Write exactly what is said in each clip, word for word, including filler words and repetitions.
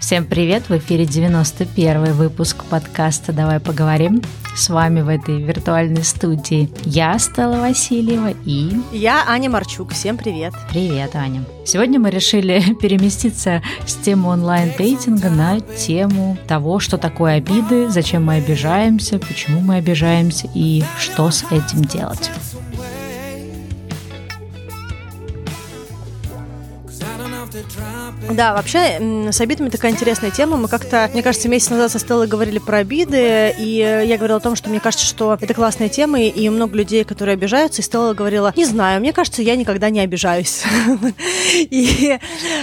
Всем привет! В эфире девяносто первый выпуск подкаста «Давай поговорим». С вами в этой виртуальной студии я, Стелла Васильева, и... Я, Аня Марчук. Всем привет! Привет, Аня! Сегодня мы решили переместиться с темы онлайн-дейтинга на тему того, что такое обиды, зачем мы обижаемся, почему мы обижаемся и что с этим делать. Да, вообще с обидами такая интересная тема. Мы как-то, мне кажется, месяц назад со Стеллой говорили про обиды, и я говорила о том, что мне кажется, что это классная тема, и много людей, которые обижаются, и Стелла говорила: не знаю, мне кажется, я никогда не обижаюсь. И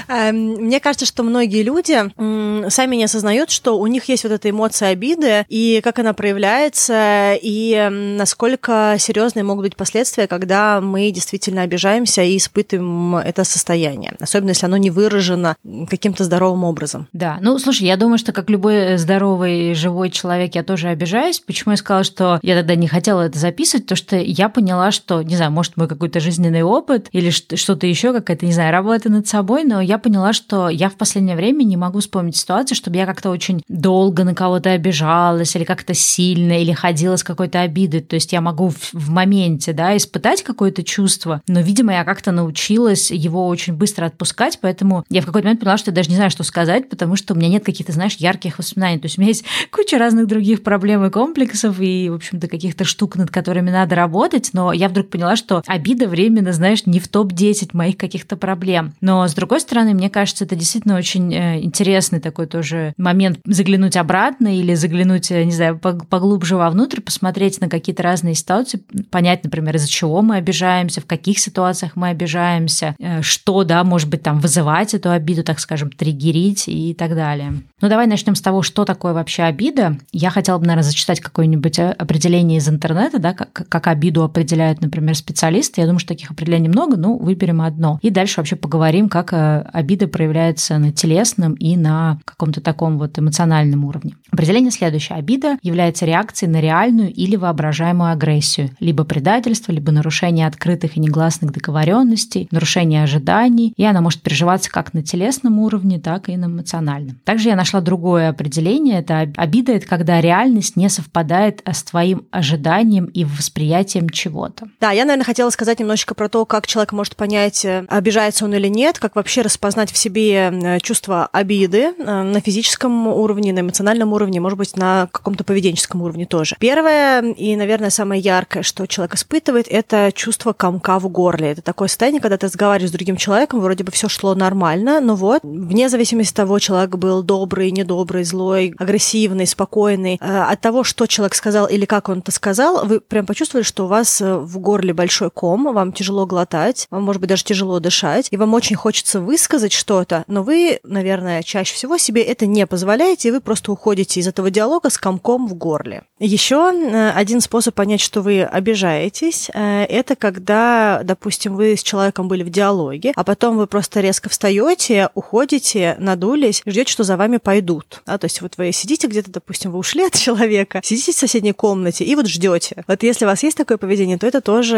мне кажется, что многие люди сами не осознают, что у них есть вот эта эмоция обиды, и как она проявляется, и насколько серьезные могут быть последствия, когда мы действительно обижаемся и испытываем это состояние, особенно если оно не выражено каким-то здоровым образом. Да, ну, слушай, я думаю, что как любой здоровый, живой человек, я тоже обижаюсь. Почему я сказала, что я тогда не хотела это записывать? Потому что я поняла, что, не знаю, может, мой какой-то жизненный опыт или что-то еще, какая-то, не знаю, работа над собой, но я поняла, что я в последнее время не могу вспомнить ситуацию, чтобы я как-то очень долго на кого-то обижалась или как-то сильно, или ходила с какой-то обидой. То есть я могу в, в моменте, да, испытать какое-то чувство, но, видимо, я как-то научилась его очень быстро отпускать, поэтому я в какой-то момент поняла, что я даже не знаю, что сказать, потому что у меня нет каких-то, знаешь, ярких воспоминаний. То есть у меня есть куча разных других проблем и комплексов, и, в общем-то, каких-то штук, над которыми надо работать, но я вдруг поняла, что обида временно, знаешь, не в топ десять моих каких-то проблем. Но, с другой стороны, мне кажется, это действительно очень интересный такой тоже момент заглянуть обратно или заглянуть, не знаю, поглубже вовнутрь, посмотреть на какие-то разные ситуации, понять, например, из-за чего мы обижаемся, в каких ситуациях мы обижаемся, что, да, может быть, там вызывать эту обиду, так скажем, триггерить и так далее. Ну, давай начнем с того, что такое вообще обида. Я хотела бы, наверное, зачитать какое-нибудь определение из интернета, да, как, как обиду определяют, например, специалисты. Я думаю, что таких определений много, но выберем одно. И дальше вообще поговорим, как обида проявляется на телесном и на каком-то таком вот эмоциональном уровне. Определение следующее. Обида является реакцией на реальную или воображаемую агрессию, либо предательство, либо нарушение открытых и негласных договоренностей, нарушение ожиданий, и она может переживаться как на телесном уровне, так и на эмоциональном. Также я нашла другое определение. Это обида — это когда реальность не совпадает с твоим ожиданием и восприятием чего-то. Да, я, наверное, хотела сказать немножечко про то, как человек может понять, обижается он или нет, как вообще распознать в себе чувство обиды на физическом уровне, на эмоциональном уровне, может быть, на каком-то поведенческом уровне тоже. Первое и, наверное, самое яркое, что человек испытывает, это чувство комка в горле. Это такое состояние, когда ты разговариваешь с другим человеком, вроде бы все шло нормально, но вот, вне зависимости от того, человек был добрый, недобрый, злой, агрессивный, спокойный, от того, что человек сказал или как он это сказал, вы прям почувствовали, что у вас в горле большой ком, вам тяжело глотать, вам, может быть, даже тяжело дышать, и вам очень хочется высказать что-то, но вы, наверное, чаще всего себе это не позволяете, и вы просто уходите из этого диалога с комком в горле. Еще один способ понять, что вы обижаетесь, это когда, допустим, вы с человеком были в диалоге, а потом вы просто резко встаете, уходите, надулись, ждете, что за вами пойдут. А, то есть вот вы сидите где-то, допустим, вы ушли от человека, сидите в соседней комнате и вот ждете. Вот если у вас есть такое поведение, то это тоже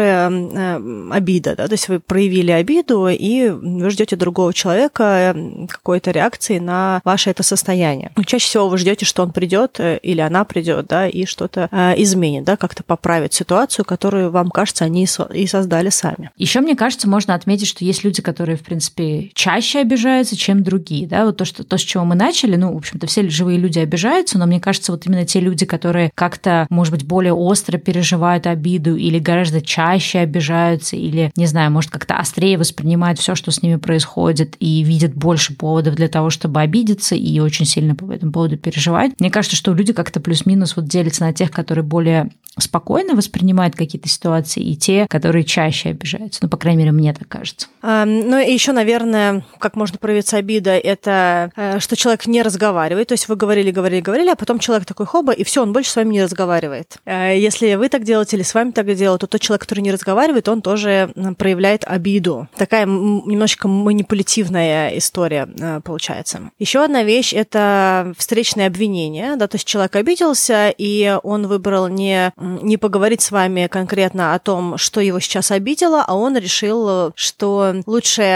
э, обида, да, то есть вы проявили обиду и вы ждете другого человека какой-то реакции на ваше это состояние. Но чаще всего вы ждете, что он придет или она придет, да, и что-то э, изменит, да, как-то поправит ситуацию, которую вам кажется они и создали сами. Еще мне кажется, можно отметить, что есть люди, которые, в принципе, чаще обижаются, чем другие, да, вот то, что, то, с чего мы начали, ну, в общем-то, все живые люди обижаются, но мне кажется, вот именно те люди, которые как-то, может быть, более остро переживают обиду или гораздо чаще обижаются, или, не знаю, может, как-то острее воспринимают все, что с ними происходит, и видят больше поводов для того, чтобы обидеться, и очень сильно по этому поводу переживать. Мне кажется, что люди как-то плюс-минус вот делятся на тех, которые более спокойно воспринимают какие-то ситуации, и те, которые чаще обижаются. Ну, по крайней мере, мне так кажется. А, ну, и еще, наверное, как можно проявиться обида, это что человек не разговаривает. То есть вы говорили, говорили, говорили, а потом человек такой хоба, и все, он больше с вами не разговаривает. Если вы так делаете или с вами так делают, то тот человек, который не разговаривает, он тоже проявляет обиду. Такая немножечко манипулятивная история получается. Еще одна вещь – это встречное обвинение. Да, то есть человек обиделся, и он выбрал не, не поговорить с вами конкретно о том, что его сейчас обидело, а он решил, что лучше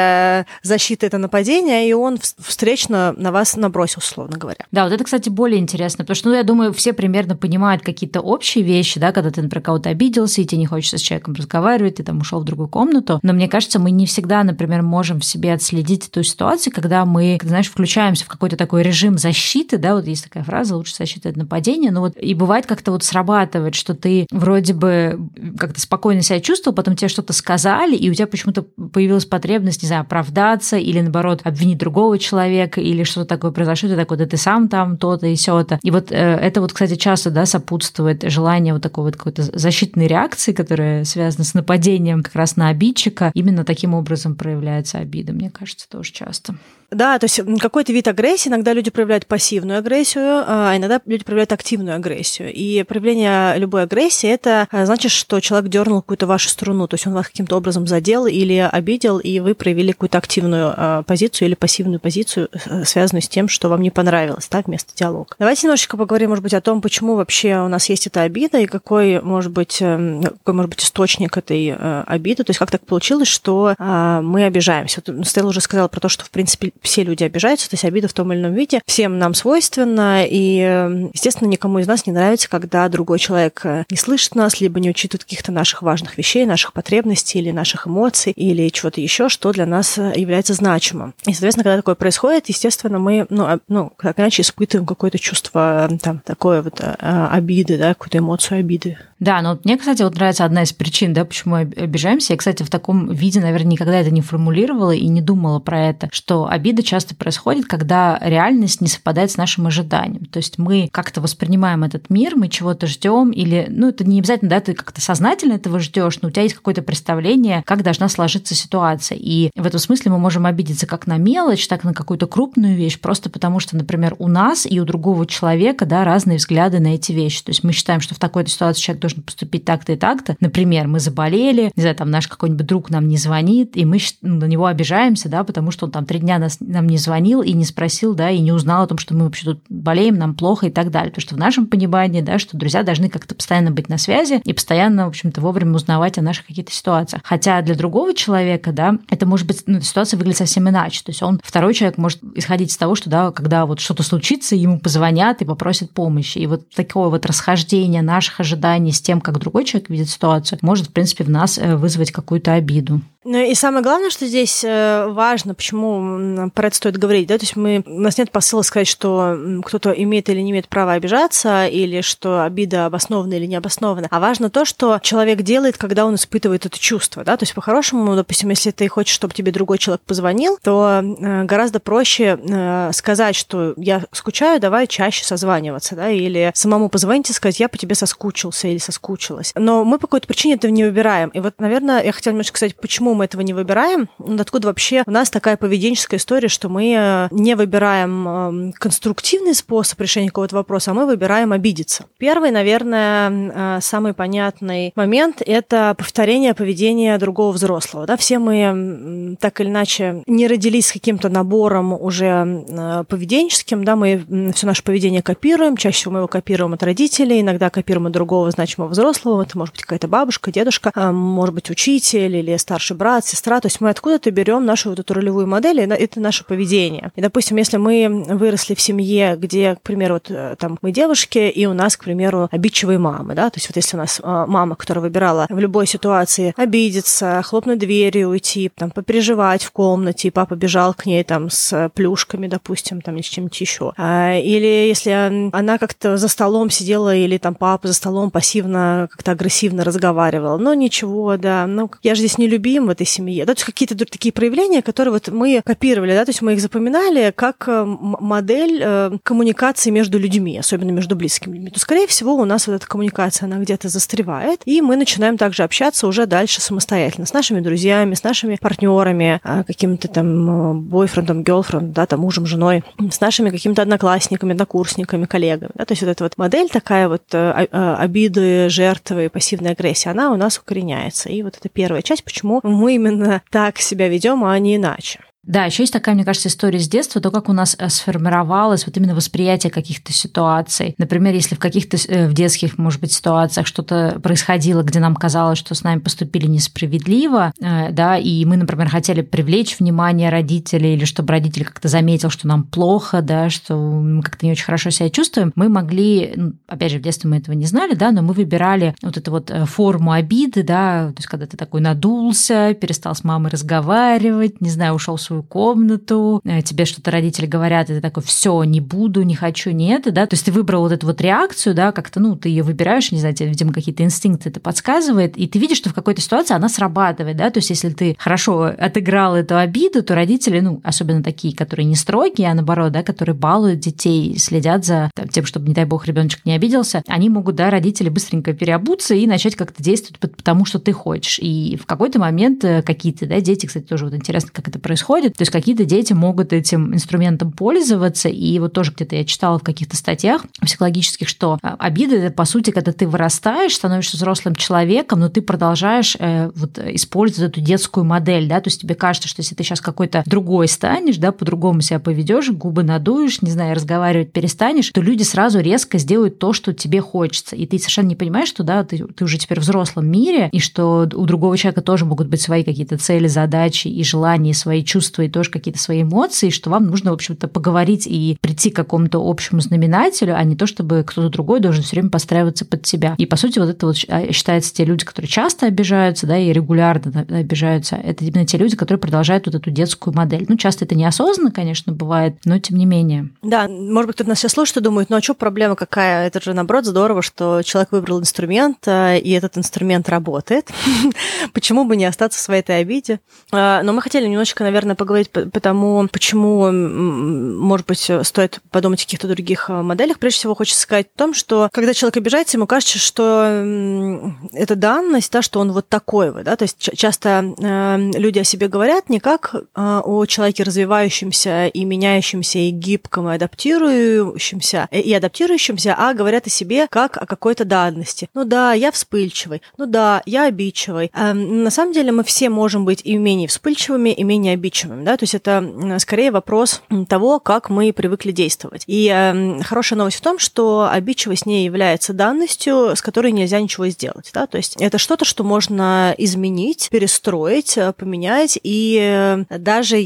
защита – это нападение, и он встречно на вас набросился, условно говоря. Да, вот это, кстати, более интересно, потому что, ну, я думаю, все примерно понимают какие-то общие вещи, да, когда ты, например, кого-то обиделся, и тебе не хочется с человеком разговаривать, ты там ушел в другую комнату. Но мне кажется, мы не всегда, например, можем в себе отследить эту ситуацию, когда мы, знаешь, включаемся в какой-то такой режим защиты, да, вот есть такая фраза «лучше защита от нападения», но вот и бывает как-то вот срабатывает, что ты вроде бы как-то спокойно себя чувствовал, потом тебе что-то сказали, и у тебя почему-то появилась потребность, не знаю, оправдаться или, наоборот, обвинить другого человека, или что-то такое произошло, ты такой, да ты сам там то-то и сё-то. И вот э, это вот, кстати, часто, да, сопутствует желание вот такой вот какой-то защитной реакции, которая связана с нападением как раз на обидчика. Именно таким образом проявляется обида, мне кажется, тоже часто. Да, то есть какой-то вид агрессии, иногда люди проявляют пассивную агрессию, а иногда люди проявляют активную агрессию. И проявление любой агрессии – это значит, что человек дернул какую-то вашу струну, то есть он вас каким-то образом задел или обидел, и вы проявили какую-то активную позицию или пассивную позицию, связанную с тем, что вам не понравилось, да, вместо диалога. Давайте немножечко поговорим, может быть, о том, почему вообще у нас есть эта обида и какой, может быть, какой, может быть, источник этой обиды, то есть как так получилось, что мы обижаемся. Вот Стелла уже сказала про то, что, в принципе, все люди обижаются, то есть обида в том или ином виде всем нам свойственна, и, естественно, никому из нас не нравится, когда другой человек не слышит нас, либо не учитывает каких-то наших важных вещей, наших потребностей или наших эмоций, или чего-то еще, что для нас является значимым. И, соответственно, когда такое происходит, естественно, мы, ну, ну как иначе, испытываем какое-то чувство, там, такое вот обиды, да, какую-то эмоцию обиды. Да, но мне, кстати, вот нравится одна из причин, да, почему мы обижаемся. Я, кстати, в таком виде, наверное, никогда это не формулировала и не думала про это, что обида часто происходит, когда реальность не совпадает с нашим ожиданием. То есть мы как-то воспринимаем этот мир, мы чего-то ждем, или, ну, это не обязательно, да, ты как-то сознательно этого ждешь, но у тебя есть какое-то представление, как должна сложиться ситуация. И в этом смысле мы можем обидеться как на мелочь, так и на какую-то крупную вещь, просто потому что, например, у нас и у другого человека, да, разные взгляды на эти вещи. То есть мы считаем, что в такой-то ситуации человек должен поступить так-то и так-то. Например, мы заболели, не знаю, там наш какой-нибудь друг нам не звонит, и мы на него обижаемся, да, потому что он там три дня нас, нам не звонил и не спросил, да, и не узнал о том, что мы вообще тут болеем, нам плохо и так далее. Потому что в нашем понимании, да, что друзья должны как-то постоянно быть на связи и постоянно, в общем-то, вовремя узнавать о наших каких-то ситуациях. Хотя для другого человека, да, это может быть, ну, ситуация выглядит совсем иначе. То есть он, второй человек может исходить из того, что, да, когда вот что-то случится, ему позвонят и попросят помощи. И вот такое вот расхождение наших ожиданий с тем, как другой человек видит ситуацию, может, в принципе, в нас вызвать какую-то обиду. Ну и самое главное, что здесь важно, почему про это стоит говорить, да, то есть мы, у нас нет посыла сказать, что кто-то имеет или не имеет права обижаться, или что обида обоснована или не обоснована, а важно то, что человек делает, когда он испытывает это чувство, да, то есть по-хорошему, допустим, если ты хочешь, чтобы тебе другой человек позвонил, то гораздо проще сказать, что я скучаю, давай чаще созваниваться, да, или самому позвонить и сказать, я по тебе соскучился или соскучилась. Но мы по какой-то причине этого не выбираем. И вот, наверное, я хотела немножко сказать, почему мы этого не выбираем. Откуда вообще у нас такая поведенческая история, что мы не выбираем конструктивный способ решения какого-то вопроса, а мы выбираем обидеться. Первый, наверное, самый понятный момент – это повторение поведения другого взрослого. Да? Все мы так или иначе не родились с каким-то набором уже поведенческим, да? Мы все наше поведение копируем, чаще всего мы его копируем от родителей, иногда копируем от другого значимого взрослого, это может быть какая-то бабушка, дедушка, может быть учитель или старший брат, сестра, то есть мы откуда-то берем нашу вот эту ролевую модель, и это наше поведение. И, допустим, если мы выросли в семье, где, к примеру, вот там мы девушки, и у нас, к примеру, обидчивые мамы, да, то есть вот если у нас мама, которая выбирала в любой ситуации обидеться, хлопнуть дверью, уйти, там, попереживать в комнате, и папа бежал к ней там с плюшками, допустим, там, или с чем-нибудь еще. Или если она как-то за столом сидела, или там папа за столом пассивно, как-то агрессивно разговаривал, ну, ничего, да, ну, я же здесь не любим в этой семье. Да, то есть какие-то такие проявления, которые вот мы копировали, да, то есть мы их запоминали как модель коммуникации между людьми, особенно между близкими людьми. То, скорее всего, у нас вот эта коммуникация, она где-то застревает, и мы начинаем также общаться уже дальше самостоятельно с нашими друзьями, с нашими партнерами, каким-то там бойфрендом, гёрлфрендом, да, там мужем, женой, с нашими какими-то одноклассниками, однокурсниками, коллегами. Да, то есть вот эта вот модель такая вот обиды, жертвы, пассивной агрессии, она у нас укореняется. И вот это первая часть, почему мы именно так себя ведем, а не иначе. Да, еще есть такая, мне кажется, история с детства, то, как у нас сформировалось вот именно восприятие каких-то ситуаций. Например, если в каких-то в детских, может быть, ситуациях что-то происходило, где нам казалось, что с нами поступили несправедливо, да, и мы, например, хотели привлечь внимание родителей или чтобы родитель как-то заметил, что нам плохо, да, что мы как-то не очень хорошо себя чувствуем, мы могли, опять же, в детстве мы этого не знали, да, но мы выбирали вот эту вот форму обиды, да, то есть когда ты такой надулся, перестал с мамой разговаривать, не знаю, ушел в свою комнату, тебе что-то родители говорят, и ты такой: все, не буду, не хочу, не это, да, то есть ты выбрал вот эту вот реакцию, да, как-то, ну, ты ее выбираешь, не знаю, тебе, видимо, какие-то инстинкты это подсказывает, и ты видишь, что в какой-то ситуации она срабатывает, да, то есть если ты хорошо отыграл эту обиду, то родители, ну, особенно такие, которые не строгие, а наоборот, да, которые балуют детей, следят за там, тем, чтобы, не дай бог, ребеночек не обиделся, они могут, да, родители быстренько переобуться и начать как-то действовать потому, что ты хочешь. И в какой-то момент какие-то, да, дети, кстати, тоже вот интересно, как это происходит, то есть какие-то дети могут этим инструментом пользоваться, и вот тоже где-то я читала в каких-то статьях психологических, что обида — это, по сути, когда ты вырастаешь, становишься взрослым человеком, но ты продолжаешь э, вот использовать эту детскую модель, да, то есть тебе кажется, что если ты сейчас какой-то другой станешь, да, по-другому себя поведешь, губы надуешь, не знаю, разговаривать перестанешь, то люди сразу резко сделают то, что тебе хочется, и ты совершенно не понимаешь, что, да, ты, ты уже теперь в взрослом мире, и что у другого человека тоже могут быть свои какие-то цели, задачи и желания, свои чувства, и тоже какие-то свои эмоции, что вам нужно, в общем-то, поговорить и прийти к какому-то общему знаменателю, а не то, чтобы кто-то другой должен все время подстраиваться под тебя. И, по сути, вот это вот считается те люди, которые часто обижаются, да, и регулярно обижаются, это именно те люди, которые продолжают вот эту детскую модель. Ну, часто это неосознанно, конечно, бывает, но тем не менее. Да, может быть, кто-то нас сейчас слушает и думает: ну а что, проблема какая? Это же, наоборот, здорово, что человек выбрал инструмент, и этот инструмент работает. Почему бы не остаться в своей этой обиде? Но мы хотели немножечко, наверное, поговорить по тому, почему, может быть, стоит подумать о каких-то других моделях. Прежде всего, хочется сказать о том, что когда человек обижается, ему кажется, что это данность, да, что он вот такой вот, да, то есть часто люди о себе говорят не как о человеке развивающемся и меняющемся, и гибком, и адаптирующемся, и адаптирующемся, а говорят о себе как о какой-то данности. Ну да, я вспыльчивый, ну да, я обидчивый. А на самом деле мы все можем быть и менее вспыльчивыми, и менее обидчивыми, да, то есть это скорее вопрос того, как мы привыкли действовать. И э, хорошая новость в том, что обидчивость не является данностью, с которой нельзя ничего сделать, да, то есть это что-то, что можно изменить, перестроить, поменять, и даже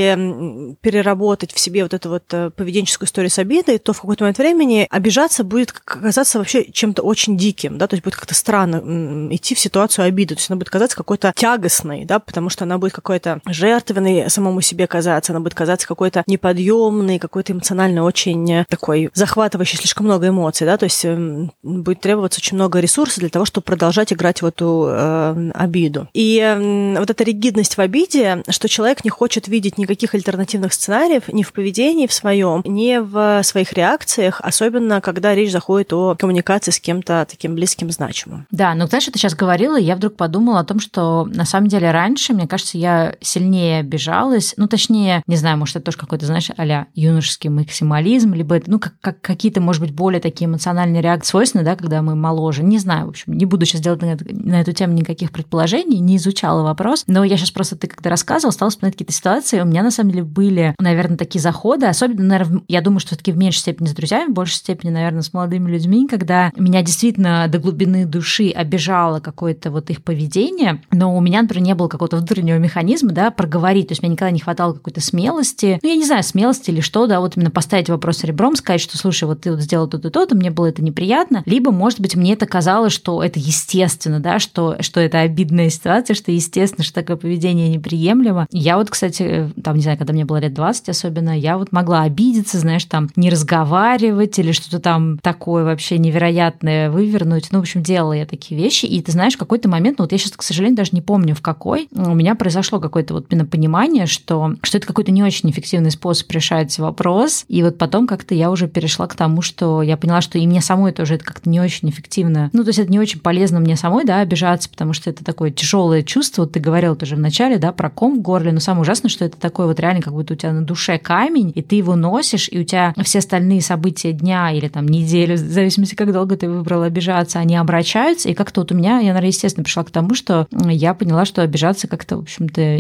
если переработать в себе вот эту вот поведенческую историю с обидой, то в какой-то момент времени обижаться будет казаться вообще чем-то очень диким, да, то есть будет как-то странно идти в ситуацию обиды, то есть она будет казаться какой-то тягостной, да, потому что она будет какой-то жертвенной самому себе казаться, она будет казаться какой-то неподъемной, какой-то эмоционально очень такой захватывающей, слишком много эмоций, да, то есть будет требоваться очень много ресурсов для того, чтобы продолжать играть в эту э, обиду. И э, вот эта ригидность в обиде, что человек не хочет видеть никаких альтернативных сценариев ни в поведении в своем, ни в своих реакциях, особенно когда речь заходит о коммуникации с кем-то таким близким, значимым. Да, но знаешь, ты сейчас говорила, и я вдруг подумала о том, что на самом деле раньше, мне кажется, я сильнее обижалась, ну, точнее, не знаю, может, это тоже какой-то, знаешь, а-ля юношеский максимализм, либо это, ну, как, как какие-то, может быть, более такие эмоциональные реакции свойственны, да, когда мы моложе. Не знаю, в общем, не буду сейчас делать на, это, на эту тему никаких предположений, не изучала вопрос, но я сейчас просто, ты когда рассказывала, стала вспоминать какие-то ситуации, у меня, на самом деле, были, наверное, такие заходы, особенно, наверное, я думаю, что все-таки в меньшей степени с друзьями, в большей степени, наверное, с молодыми людьми, когда меня действительно до глубины души обижало какое-то вот их поведение, но у меня, например, не было какого-то внутреннего механизма, да, проговорить, то есть мне никогда не хватало какой-то смелости, ну, я не знаю, смелости или что, да, вот именно поставить вопрос ребром, сказать, что, слушай, вот ты вот сделал то-то, то-то, мне было это неприятно, либо, может быть, мне это казалось, что это естественно, да, что, что это обидная ситуация, что естественно, что такое поведение неприемлемо. Я вот, кстати, там, не знаю, когда мне было лет двадцать особенно, я вот могла обидеться, знаешь, там, не разговаривать или что-то там такое вообще невероятное вывернуть, ну, в общем, делала я такие вещи, и ты знаешь, в какой-то момент, ну, вот я сейчас, к сожалению, даже не помню, в какой, у меня произошло какое-то вот именно понимание, что, что это какой-то не очень эффективный способ решать вопрос, и вот потом как-то я уже перешла к тому, что я поняла, что и мне самой тоже это как-то не очень эффективно, ну, то есть это не очень полезно мне самой, да, обижаться, потому что это такое тяжелое чувство, вот ты говорил тоже в начале, да, про ком в горле, но самое ужасное, что это такое вот реально, как будто у тебя на душе камень, и ты его носишь, и у тебя все остальные события дня или там недели, в зависимости, как долго ты выбрал обижаться, они обращаются, и как-то вот у меня, я, наверное, естественно, пришла к тому, что я поняла, что обижаться как-то, в общем-то,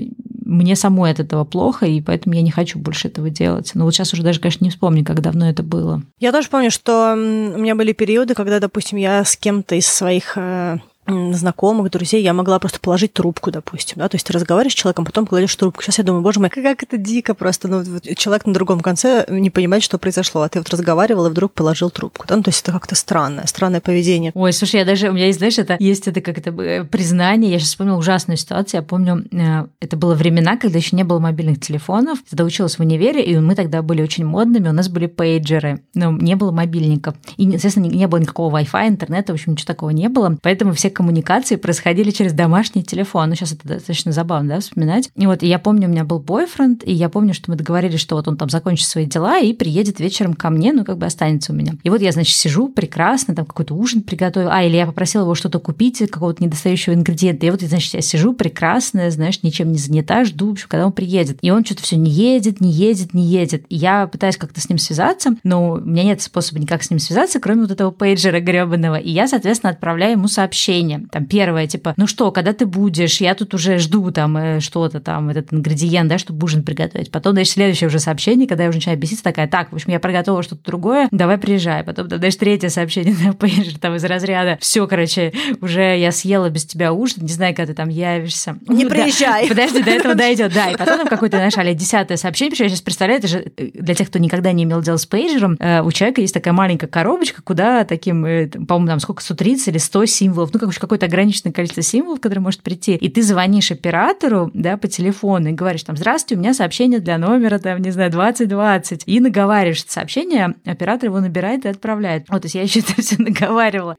мне самой от этого плохо, и поэтому я не хочу больше этого делать. Но вот сейчас уже даже, конечно, не вспомню, как давно это было. Я тоже помню, что у меня были периоды, когда, допустим, я с кем-то из своих знакомых, друзей, я могла просто положить трубку, допустим, да, то есть ты разговариваешь с человеком, потом кладешь трубку. Сейчас я думаю, боже мой, как это дико просто, ну, вот человек на другом конце не понимает, что произошло, а ты вот разговаривал и вдруг положил трубку, да, ну, то есть это как-то странное, странное поведение. Ой, слушай, я даже, у меня есть, знаешь, это, есть это как это признание, я сейчас вспомнила ужасную ситуацию, я помню, это было времена, когда еще не было мобильных телефонов, я тогда училась в универе, и мы тогда были очень модными, у нас были пейджеры, но не было мобильников, и, естественно, не было никакого Wi-Fi, интернета, в общем, ничего такого не было, поэтому все коммуникации происходили через домашний телефон. Ну, сейчас это достаточно забавно, да, вспоминать. И вот я помню, у меня был бойфренд, и я помню, что мы договорились, что вот он там закончит свои дела и приедет вечером ко мне, ну, как бы останется у меня. И вот я, значит, сижу прекрасно, там какой-то ужин приготовила, а, или я попросила его что-то купить, какого-то недостающего ингредиента. И вот, значит, я сижу прекрасная, знаешь, ничем не занята, жду, в общем, когда он приедет. И он что-то все не едет, не едет, не едет. И я пытаюсь как-то с ним связаться, но у меня нет способа никак с ним связаться, кроме вот этого пейджера грёбаного. И я, соответственно, отправляю ему сообщение. Там первое, типа, ну что, когда ты будешь? Я тут уже жду там что-то там, этот ингредиент, да, чтобы ужин приготовить. Потом, дальше, следующее уже сообщение, когда я уже начинаю беситься, такая, так, в общем, я приготовила что-то другое, давай приезжай. Потом, дальше третье сообщение на пейджер, там, из разряда, все, короче, уже я съела без тебя ужин, не знаю, когда ты там явишься. Не ну, приезжай. Да, подожди, до этого дойдет, да. И потом там какое-то, знаешь, а-ля десятое сообщение, потому что я сейчас представляю, это же для тех, кто никогда не имел дела с пейджером, у человека есть такая маленькая коробочка, куда таким, по-моему, там сколько, сто тридцать или сто символов, ну, какое-то ограниченное количество символов, которые может прийти, и ты звонишь оператору, да, по телефону и говоришь там, здравствуйте, у меня сообщение для номера, там, не знаю, двадцать двадцать, и наговариваешь это сообщение, оператор его набирает и отправляет. Вот, то есть я еще это все наговаривала.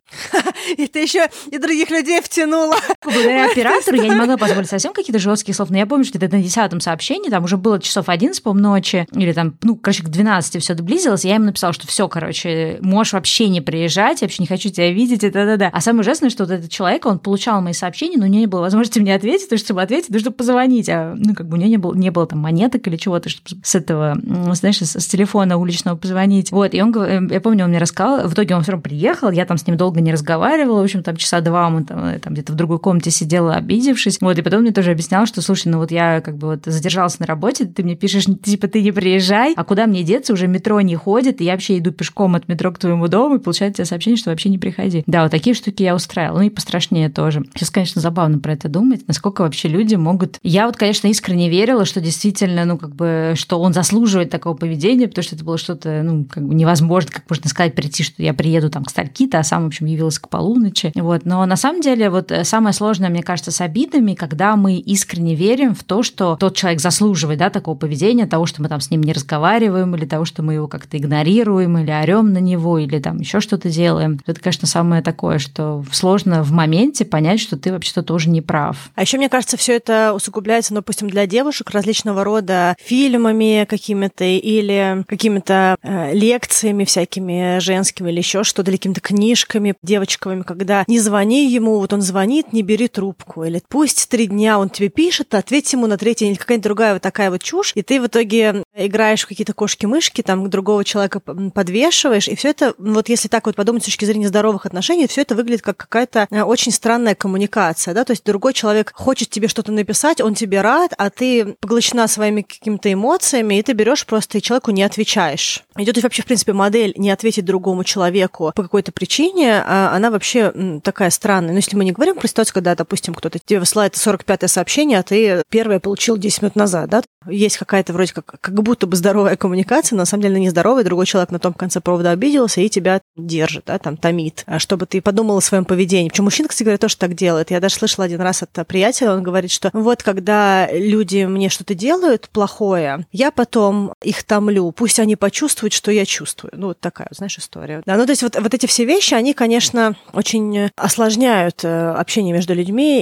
И ты еще и других людей втянула. Благодаря оператору я не могла позволить совсем какие-то жесткие слов, но я помню, что это на десятом сообщении, там уже было часов одиннадцать, по-моему, ночи, или там, ну, короче, к двенадцати все доблизилось, и я ему написала, что все, короче, можешь вообще не приезжать, я вообще не хочу тебя видеть, и да-да-да. А самое ужасное, что вот этот человек, он получал мои сообщения, но у него не было возможности мне ответить, потому что, чтобы ответить, нужно позвонить, а, ну, как бы у него не было, не было там монеток или чего-то, чтобы с этого, знаешь, с, с телефона уличного позвонить. Вот, и он, я помню, он мне рассказал, в итоге он все равно приехал, я там с ним долго не разговаривала, в общем, там часа два мы там, там где-то в другой комнате сидела, обидевшись, вот, и потом мне тоже объяснял, что, слушай, ну вот я как бы вот задержалась на работе, ты мне пишешь, типа, ты не приезжай, а куда мне деться, уже метро не ходит, и я вообще иду пешком от метро к твоему дому, и получает тебе сообщение, что вообще не приходи. Да, вот такие штуки я устраивала, ну и пострашнее тоже. Сейчас, конечно, забавно про это думать, насколько вообще люди могут... Я вот, конечно, искренне верила, что действительно, ну, как бы, что он заслуживает такого поведения, потому что это было что-то, ну, как бы невозможно, как можно сказать, прийти, что я приеду там к стальки-то, а сам, в общем, явилась к полуночи. Вот. Но на самом деле вот самое сложное, мне кажется, с обидами, когда мы искренне верим в то, что тот человек заслуживает, да, такого поведения, того, что мы там с ним не разговариваем, или того, что мы его как-то игнорируем, или орем на него, или там еще что-то делаем. Это, конечно, самое такое, что сложно в моменте понять, что ты вообще-то тоже не прав. А еще, мне кажется, все это усугубляется, ну, допустим, для девушек различного рода фильмами какими-то или какими-то э, лекциями всякими женскими или еще что-то, или какими-то книжками девочковыми, когда не звони ему, вот он звонит, не бери трубку, или пусть три дня он тебе пишет, ответь ему на третий, или какая-нибудь другая вот такая вот чушь, и ты в итоге играешь в какие-то кошки-мышки, там другого человека подвешиваешь, и все это, вот если так вот подумать с точки зрения здоровых отношений, все это выглядит как какая-то очень странная коммуникация, да, то есть другой человек хочет тебе что-то написать, он тебе рад, а ты поглощена своими какими-то эмоциями, и ты берешь просто и человеку не отвечаешь. Идет вообще, в принципе, модель не ответить другому человеку по какой-то причине, а она вообще такая странная. Но если мы не говорим про ситуацию, когда, допустим, кто-то тебе высылает сорок пятое сообщение, а ты первое получил десять минут назад, да, есть какая-то вроде как, как будто бы здоровая коммуникация, но на самом деле нездоровая, другой человек на том конце провода обиделся и тебя держит, да, там, томит, чтобы ты подумала о своем поведении. Причем мужчина, кстати говоря, тоже так делает. Я даже слышала один раз от приятеля, он говорит, что вот когда люди мне что-то делают плохое, я потом их томлю, пусть они почувствуют, что я чувствую. Ну, вот такая, знаешь, история. Да, ну, то есть вот, вот эти все вещи, они, конечно, очень осложняют общение между людьми,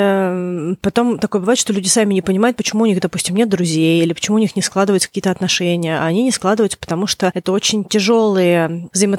и потом такое бывает, что люди сами не понимают, почему у них, допустим, нет друзей, или почему у них не складываются какие-то отношения. А они не складываются, потому что это очень тяжелые взаимоотношения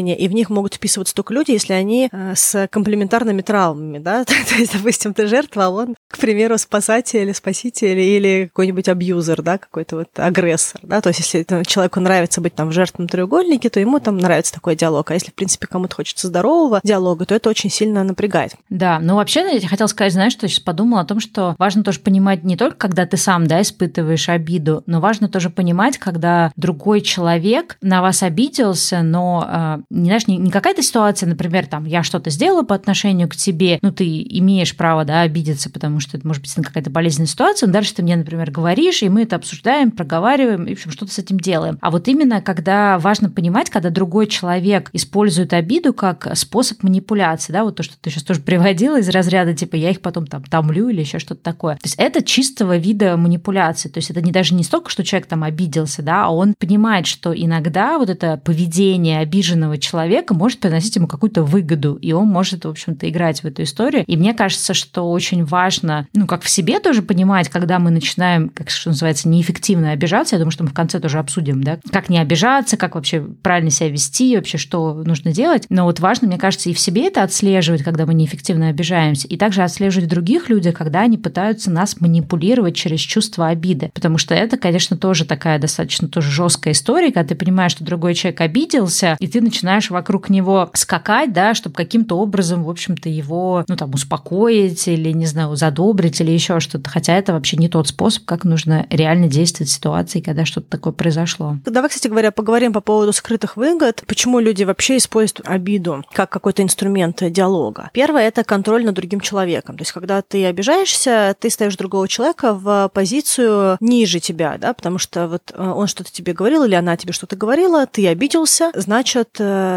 отношения, и в них могут вписываться только люди, если они с комплементарными травмами, да, то есть, допустим, ты жертва, а он, к примеру, спасатель или спаситель или какой-нибудь абьюзер, да, какой-то вот агрессор, да, то есть если человеку нравится быть там в жертвенном треугольнике, то ему там нравится такой диалог, а если, в принципе, кому-то хочется здорового диалога, то это очень сильно напрягает. Да, ну вообще я хотела сказать, знаешь, что я сейчас подумала о том, что важно тоже понимать не только, когда ты сам, да, испытываешь обиду, но важно тоже понимать, когда другой человек на вас обиделся, но, не знаешь, не, не какая-то ситуация, например, там, я что-то сделала по отношению к тебе, ну, ты имеешь право, да, обидеться, потому что это может быть какая-то болезненная ситуация, но дальше ты мне, например, говоришь, и мы это обсуждаем, проговариваем, и, в общем, что-то с этим делаем. А вот именно, когда важно понимать, когда другой человек использует обиду как способ манипуляции, да, вот то, что ты сейчас тоже приводила из разряда, типа, я их потом там томлю или еще что-то такое. То есть это чистого вида манипуляции, то есть это не даже не столько, что человек там обиделся, да, а он понимает, что иногда вот это поведение обиженного человека может приносить ему какую-то выгоду, и он может, в общем-то, играть в эту историю. И мне кажется, что очень важно, ну, как в себе тоже понимать, когда мы начинаем, как что называется, неэффективно обижаться, я думаю, что мы в конце тоже обсудим, да, как не обижаться, как вообще правильно себя вести, вообще что нужно делать. Но вот важно, мне кажется, и в себе это отслеживать, когда мы неэффективно обижаемся, и также отслеживать в других людях, когда они пытаются нас манипулировать через чувство обиды. Потому что это, конечно, тоже такая достаточно тоже жесткая история, когда ты понимаешь, что другой человек обиделся, и ты начинаешь вокруг него скакать, да, чтобы каким-то образом, в общем-то, его, ну, там, успокоить или, не знаю, задобрить или еще что-то. Хотя это вообще не тот способ, как нужно реально действовать в ситуации, когда что-то такое произошло. Давай, кстати говоря, поговорим по поводу скрытых выгод. Почему люди вообще используют обиду как какой-то инструмент диалога? Первое – это контроль над другим человеком. То есть, когда ты обижаешься, ты ставишь другого человека в позицию ниже тебя, да, потому что вот он что-то тебе говорил или она тебе что-то говорила, ты обиделся, значит,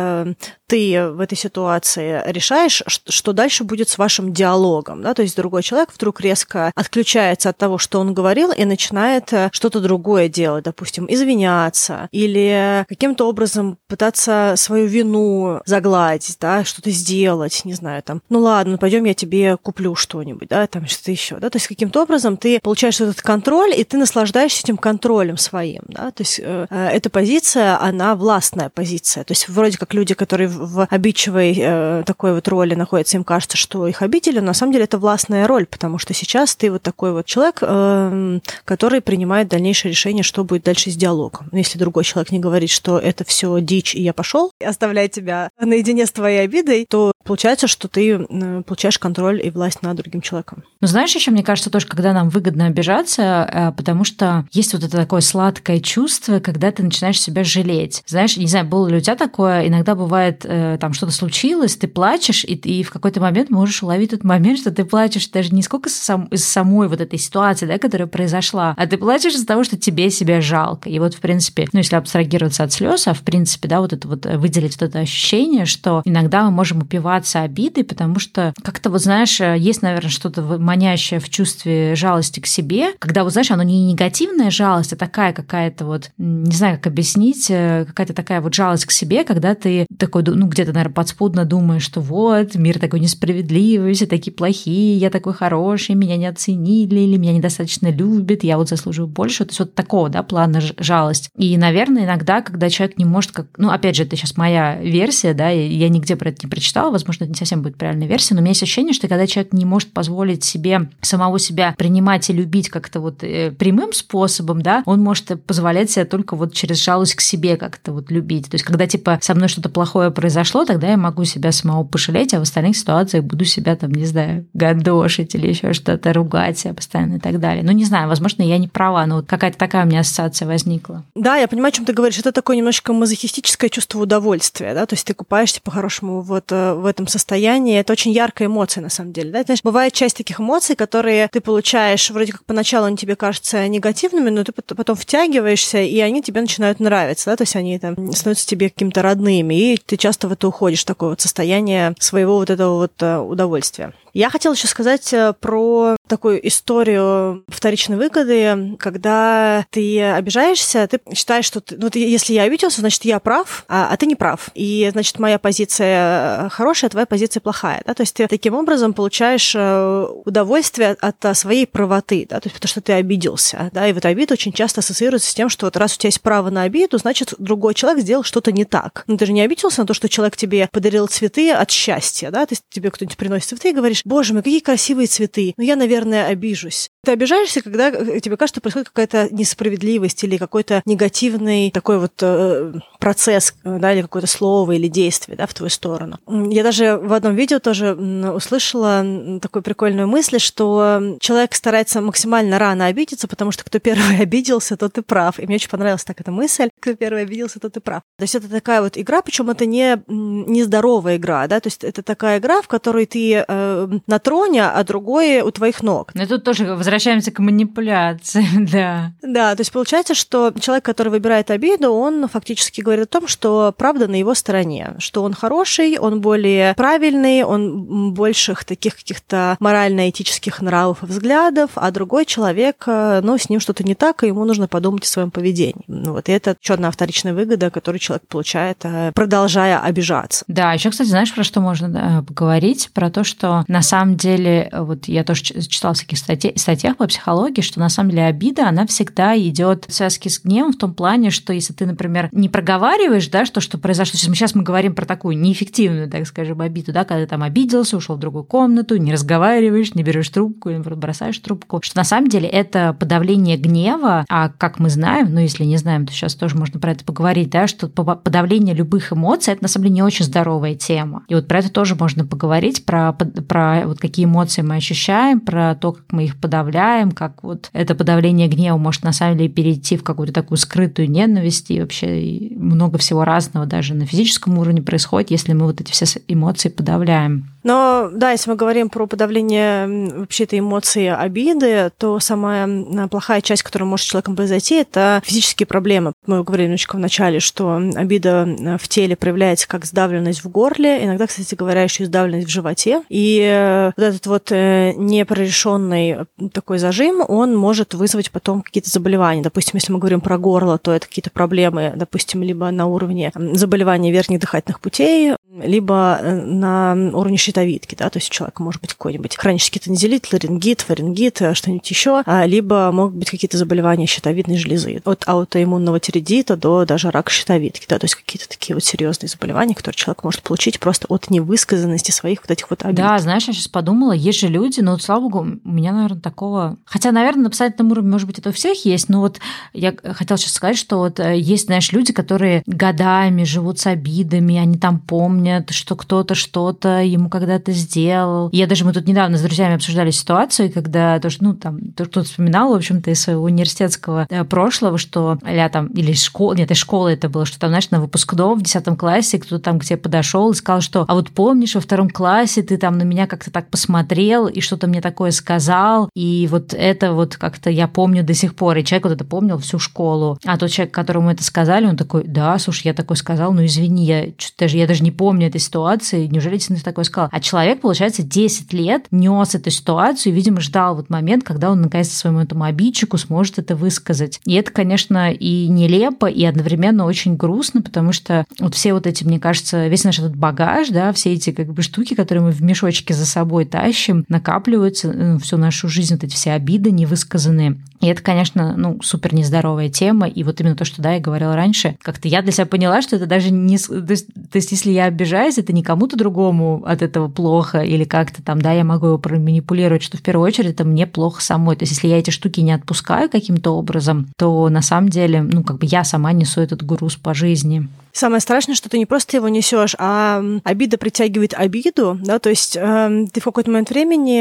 ты в этой ситуации решаешь, что дальше будет с вашим диалогом, да, то есть другой человек вдруг резко отключается от того, что он говорил, и начинает что-то другое делать, допустим, извиняться или каким-то образом пытаться свою вину загладить, да, что-то сделать, не знаю, там, ну ладно, пойдем я тебе куплю что-нибудь, да, там что-то еще, да, то есть каким-то образом ты получаешь этот контроль, и ты наслаждаешься этим контролем своим, да, то есть э, эта позиция, она властная позиция, то есть вроде как люди, которые в обидчивой э, такой вот роли находятся, им кажется, что их обидели, но на самом деле это властная роль, потому что сейчас ты вот такой вот человек, э, который принимает дальнейшее решение, что будет дальше с диалогом. Но если другой человек не говорит, что это все дичь, и я пошел, и оставляет тебя наедине с твоей обидой, то получается, что ты получаешь контроль и власть над другим человеком. Ну, знаешь, еще мне кажется тоже, когда нам выгодно обижаться, потому что есть вот это такое сладкое чувство, когда ты начинаешь себя жалеть. Знаешь, не знаю, было ли у тебя такое, иногда бывает, там что-то случилось, ты плачешь, и, и в какой-то момент можешь уловить тот момент, что ты плачешь даже не сколько сам, из самой вот этой ситуации, да, которая произошла, а ты плачешь из-за того, что тебе себя жалко. И вот, в принципе, ну, если абстрагироваться от слез, а в принципе, да, вот это вот выделить вот это ощущение, что иногда мы можем упиваться обидой, потому что как-то, вот знаешь, есть, наверное, что-то манящее в чувстве жалости к себе, когда, вот знаешь, оно не негативная жалость, а такая какая-то вот, не знаю, как объяснить, какая-то такая вот жалость к себе, когда ты такой, ну, где-то, наверное, подспудно думаешь, что вот, мир такой несправедливый, все такие плохие, я такой хороший, меня не оценили, или меня недостаточно любят, я вот заслуживаю больше. То есть вот такого, да, плана жалость. И, наверное, иногда, когда человек не может, как, ну, опять же, это сейчас моя версия, да, я нигде про это не прочитала, возможно, это не совсем будет правильная версия, но у меня есть ощущение, что когда человек не может позволить себе самого себя принимать и любить как-то вот прямым способом, да, он может позволять себе только вот через жалость к себе как-то вот любить. То есть когда, типа, со мной что-то плохое произошло, тогда я могу себя самого пожалеть, а в остальных ситуациях буду себя там, не знаю, гадошить или еще что-то, ругать себя постоянно и так далее. Ну, не знаю, возможно, я не права, но вот какая-то такая у меня ассоциация возникла. Да, я понимаю, о чем ты говоришь. Это такое немножко мазохистическое чувство удовольствия, да, то есть ты купаешься по-хорошему вот в этом состоянии. Это очень яркая эмоция, на самом деле, да. Знаешь, бывает часть таких эмоций, которые ты получаешь, вроде как поначалу они тебе кажутся негативными, но ты потом втягиваешься, и они тебе начинают нравиться, да, то есть они там становятся тебе какими-то родными, и ты часто в это уходишь, в такое вот состояние своего вот этого вот удовольствия. Я хотела еще сказать про такую историю вторичной выгоды, когда ты обижаешься, ты считаешь, что ты, ну, ты, если я обиделся, значит, я прав, а, а ты не прав. И, значит, моя позиция хорошая, твоя позиция плохая. Да? То есть ты таким образом получаешь удовольствие от своей правоты, да? То есть потому что ты обиделся. Да? И вот обида очень часто ассоциируется с тем, что вот раз у тебя есть право на обиду, значит, другой человек сделал что-то не так. Но ты же не обиделся на то, что человек тебе подарил цветы от счастья. Да? То есть тебе кто-нибудь приносит цветы и говоришь: боже мой, какие красивые цветы. Ну, я, наверное, обижусь. Ты обижаешься, когда тебе кажется, что происходит какая-то несправедливость или какой-то негативный такой вот э, процесс, да, или какое-то слово или действие, да, в твою сторону. Я даже в одном видео тоже услышала такую прикольную мысль, что человек старается максимально рано обидеться, потому что кто первый обиделся, тот и прав. И мне очень понравилась так эта мысль: кто первый обиделся, тот и прав. То есть это такая вот игра, причем это не, не здоровая игра, да, то есть это такая игра, в которой ты э, на троне, а другой у твоих ног. Но тут тоже возвращаемся к манипуляции, да. Да, то есть получается, что человек, который выбирает обиду, он фактически говорит о том, что правда на его стороне, что он хороший, он более правильный, он больших таких каких-то морально-этических нравов и взглядов, а другой человек, ну, с ним что-то не так, и ему нужно подумать о своем поведении. Ну, вот, и это еще одна вторичная выгода, которую человек получает, продолжая обижаться. Да, еще, кстати, знаешь, про что можно поговорить? Про то, что на самом деле, вот я тоже читала в всяких статьях, статьях по психологии, что на самом деле обида, она всегда идет в связке с гневом в том плане, что если ты, например, не проговариваешь, да, что, что произошло, сейчас мы, сейчас мы говорим про такую неэффективную, так скажем, обиду, да, когда ты там обиделся, ушел в другую комнату, не разговариваешь, не берешь трубку или бросаешь трубку, что на самом деле это подавление гнева, а как мы знаем, ну если не знаем, то сейчас тоже можно про это поговорить, да, что подавление любых эмоций, это на самом деле не очень здоровая тема. И вот про это тоже можно поговорить, про, про вот какие эмоции мы ощущаем, про то, как мы их подавляем, как вот это подавление гнева может на самом деле перейти в какую-то такую скрытую ненависть, и вообще много всего разного даже на физическом уровне происходит, если мы вот эти все эмоции подавляем. Но да, если мы говорим про подавление вообще этой эмоции обиды, то самая плохая часть, которая может с человеком произойти, это физические проблемы. Мы говорили немножечко в начале, что обида в теле проявляется как сдавленность в горле, иногда, кстати говоря, еще и сдавленность в животе. И вот этот вот непрорешенный такой зажим, он может вызвать потом какие-то заболевания. Допустим, если мы говорим про горло, то это какие-то проблемы, допустим, либо на уровне заболевания верхних дыхательных путей, либо на уровне щитовидки, да, то есть у человека может быть какой-нибудь хронический тонзиллит, ларингит, фарингит, что-нибудь еще, либо могут быть какие-то заболевания щитовидной железы, от аутоиммунного тиреидита до даже рака щитовидки, да, то есть какие-то такие вот серьезные заболевания, которые человек может получить просто от невысказанности своих вот этих вот обид. Да, знаешь, я сейчас подумала, есть же люди, но вот, слава богу, у меня, наверное, такого... Хотя, наверное, на подсознательном уровне, может быть, это у всех есть, но вот я хотела сейчас сказать, что вот есть, знаешь, люди, которые годами живут с обидами, они там помнят, что кто-то что-то ему когда-то сделал. Я даже, мы тут недавно с друзьями обсуждали ситуацию, когда тоже, ну, там, кто-то вспоминал, в общем-то, из своего университетского прошлого, что, или там, или из школы, нет, из школы это было, что там, знаешь, на выпускном в десятом классе кто-то там к тебе подошел и сказал, что, а вот помнишь, во втором классе ты там на меня как-то так посмотрел и что-то мне такое сказал, и вот это вот как-то я помню до сих пор, и человек вот это помнил всю школу. А тот человек, которому это сказали, он такой: да, слушай, я такой сказал, ну извини, я, даже, я даже не помню этой ситуации, неужели ты такое сказал? А человек, получается, десять лет нес эту ситуацию и, видимо, ждал вот момент, когда он наконец-то своему этому обидчику сможет это высказать. И это, конечно, и нелепо, и одновременно очень грустно, потому что вот все вот эти, мне кажется, весь наш этот багаж, да, все эти как бы штуки, которые мы в мешочке за собой тащим, накапливаются, ну, всю нашу жизнь, вот эти все обиды невысказанные. И это, конечно, ну, супер нездоровая тема. И вот именно то, что, да, я говорила раньше, как-то я для себя поняла, что это даже не... То есть, то есть если я обижаюсь, это не кому-то другому от этого плохо, или как-то там, да, я могу его проманипулировать, что в первую очередь это мне плохо самой. То есть если я эти штуки не отпускаю каким-то образом, то на самом деле, ну, как бы я сама несу этот груз по жизни. Самое страшное, что ты не просто его несешь, а обида притягивает обиду, да, то есть э, ты в какой-то момент времени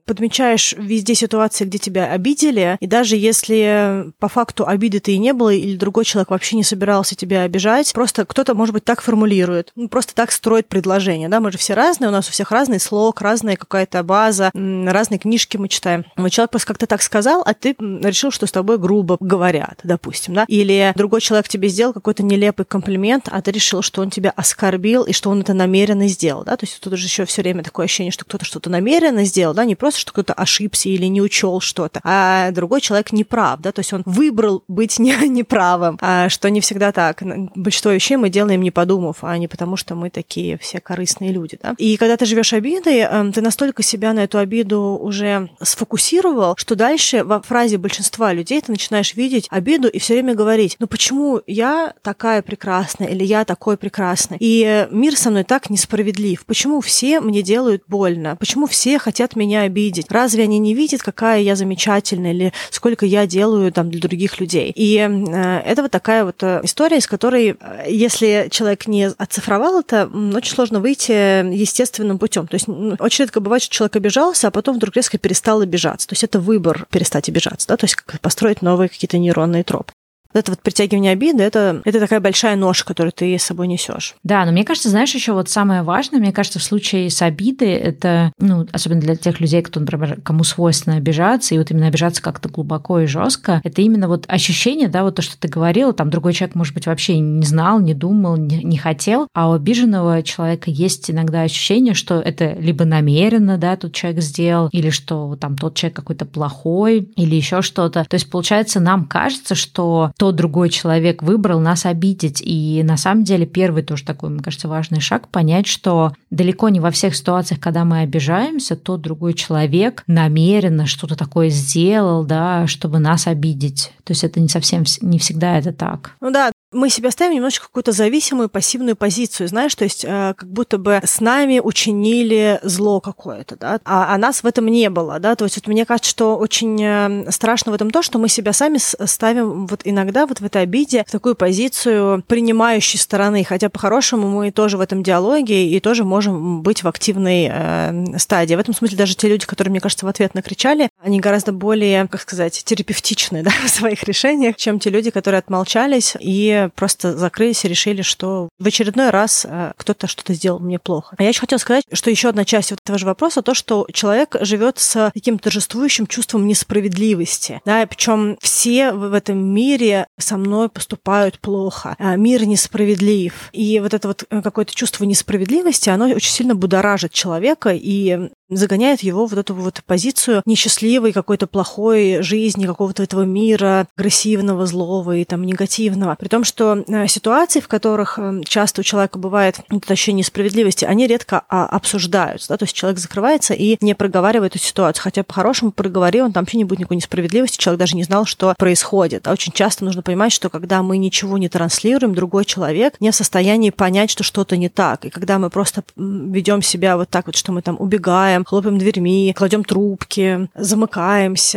подмечаешь везде ситуации, где тебя обидели, и даже если по факту обиды-то и не было, или другой человек вообще не собирался тебя обижать, просто кто-то, может быть, так формулирует, ну, просто так строит предложение, да, мы же все разные, у нас у всех разный слог, разная какая-то база, разные книжки мы читаем. Вот человек просто как-то так сказал, а ты решил, что с тобой грубо говорят, допустим, да, или другой человек тебе сделал какой-то нелепый комплимент, а ты решил, что он тебя оскорбил и что он это намеренно сделал, да, то есть тут же еще все время такое ощущение, что кто-то что-то намеренно сделал, да, не просто, что кто-то ошибся или не учел что-то, а другой человек не прав, да, то есть он выбрал быть не, неправым, а что не всегда так. Большинство вещей мы делаем не подумав, а не потому, что мы такие все корыстные люди, да. И когда ты живешь обидой, ты настолько себя на эту обиду уже сфокусировал, что дальше во фразе большинства людей ты начинаешь видеть обиду и все время говорить, ну почему я такая прекрасная или я такой прекрасный, и мир со мной так несправедлив, почему все мне делают больно, почему все хотят меня обидеть, разве они не видят, какая я замечательная или сколько я делаю там для других людей. И э, это вот такая вот история, из которой, если человек не оцифровал это, очень сложно выйти естественным путем. То есть очень редко бывает, что человек обижался, а потом вдруг резко перестал обижаться. То есть это выбор перестать обижаться, да? То есть построить новые какие-то нейронные тропы. Это вот притягивание обиды, это, это такая большая нож, которую ты с собой несешь. Да, но мне кажется, знаешь, еще вот самое важное, мне кажется, в случае с обидой, это, ну, особенно для тех людей, кто, например, кому свойственно обижаться, и вот именно обижаться как-то глубоко и жестко, это именно вот ощущение, да, вот то, что ты говорила, там другой человек, может быть, вообще не знал, не думал, не, не хотел, а у обиженного человека есть иногда ощущение, что это либо намеренно, да, тот человек сделал, или что там тот человек какой-то плохой, или еще что-то. То есть, получается, нам кажется, что тот другой человек выбрал нас обидеть. И на самом деле первый тоже такой, мне кажется, важный шаг — понять, что далеко не во всех ситуациях, когда мы обижаемся, тот другой человек намеренно что-то такое сделал, да, чтобы нас обидеть. То есть это не совсем, не всегда это так. Ну да, мы себя ставим немножечко в какую-то зависимую пассивную позицию, знаешь, то есть э, как будто бы с нами учинили зло какое-то, да, а, а нас в этом не было, да, то есть вот мне кажется, что очень э, страшно в этом то, что мы себя сами ставим вот иногда вот в этой обиде в такую позицию принимающей стороны, хотя по-хорошему мы тоже в этом диалоге и тоже можем быть в активной э, стадии. В этом смысле даже те люди, которые, мне кажется, в ответ накричали, они гораздо более, как сказать, терапевтичны, да, в своих решениях, чем те люди, которые отмолчались и просто закрылись и решили, что в очередной раз кто-то что-то сделал мне плохо. А я еще хотела сказать, что еще одна часть вот этого же вопроса, то, что человек живет с таким торжествующим чувством несправедливости. Да, причем все в этом мире со мной поступают плохо. Мир несправедлив. И вот это вот какое-то чувство несправедливости, оно очень сильно будоражит человека и загоняет его в вот эту вот позицию несчастливой, какой-то плохой жизни, какого-то этого мира агрессивного, злого и там негативного. При том, что ситуации, в которых часто у человека бывает это ощущение несправедливости, они редко обсуждаются. Да? То есть человек закрывается и не проговаривает эту ситуацию. Хотя по-хорошему проговорил, он там вообще не будет никакой несправедливости, человек даже не знал, что происходит. А очень часто нужно понимать, что когда мы ничего не транслируем, другой человек не в состоянии понять, что что-то не так. И когда мы просто ведем себя вот так вот, что мы там убегаем, хлопаем дверьми, кладем трубки, замыкаемся.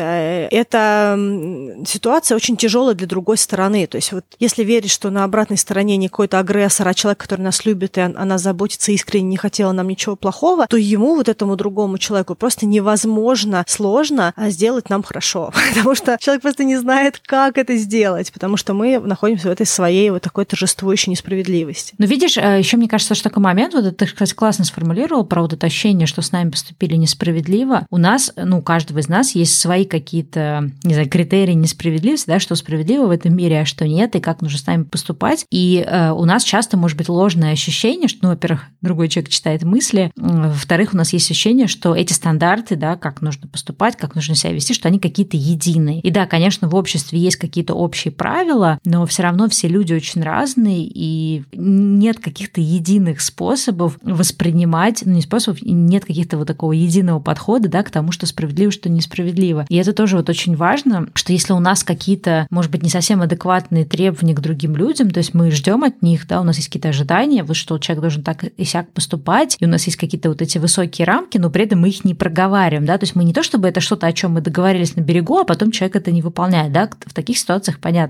Эта ситуация очень тяжелая для другой стороны. То есть вот если верить, что на обратной стороне не какой-то агрессор, а человек, который нас любит и о нас заботится, искренне не хотела нам ничего плохого, то ему, вот этому другому человеку, просто невозможно, сложно сделать нам хорошо. Потому что человек просто не знает, как это сделать, потому что мы находимся в этой своей вот такой торжествующей несправедливости. Ну, видишь, еще мне кажется, что такой момент, вот ты, кстати, классно сформулировал про вот это ощущение, что с нами поступили несправедливо. У нас, ну, у каждого из нас есть свои какие-то, не знаю, критерии несправедливости, да, что справедливо в этом мире, а что нет, и как нужно с нами поступать. И э, у нас часто может быть ложное ощущение, что, ну, во-первых, другой человек читает мысли, во-вторых, у нас есть ощущение, что эти стандарты, да, как нужно поступать, как нужно себя вести, что они какие-то единые. И да, конечно, в обществе есть какие-то общие правила, но все равно все люди очень разные, и нет каких-то единых способов воспринимать, ну, не способов, нет каких-то вот такого единого подхода, да, к тому, что справедливо, что несправедливо. И это тоже вот очень важно, что если у нас какие-то, может быть, не совсем адекватные требования к другим людям, то есть мы ждем от них, да, у нас есть какие-то ожидания, вот что человек должен так и сяк поступать, и у нас есть какие-то вот эти высокие рамки, но при этом мы их не проговариваем, да, то есть мы не то, чтобы это что-то, о чем мы договорились на берегу, а потом человек это не выполняет, да, в таких ситуациях, понятно,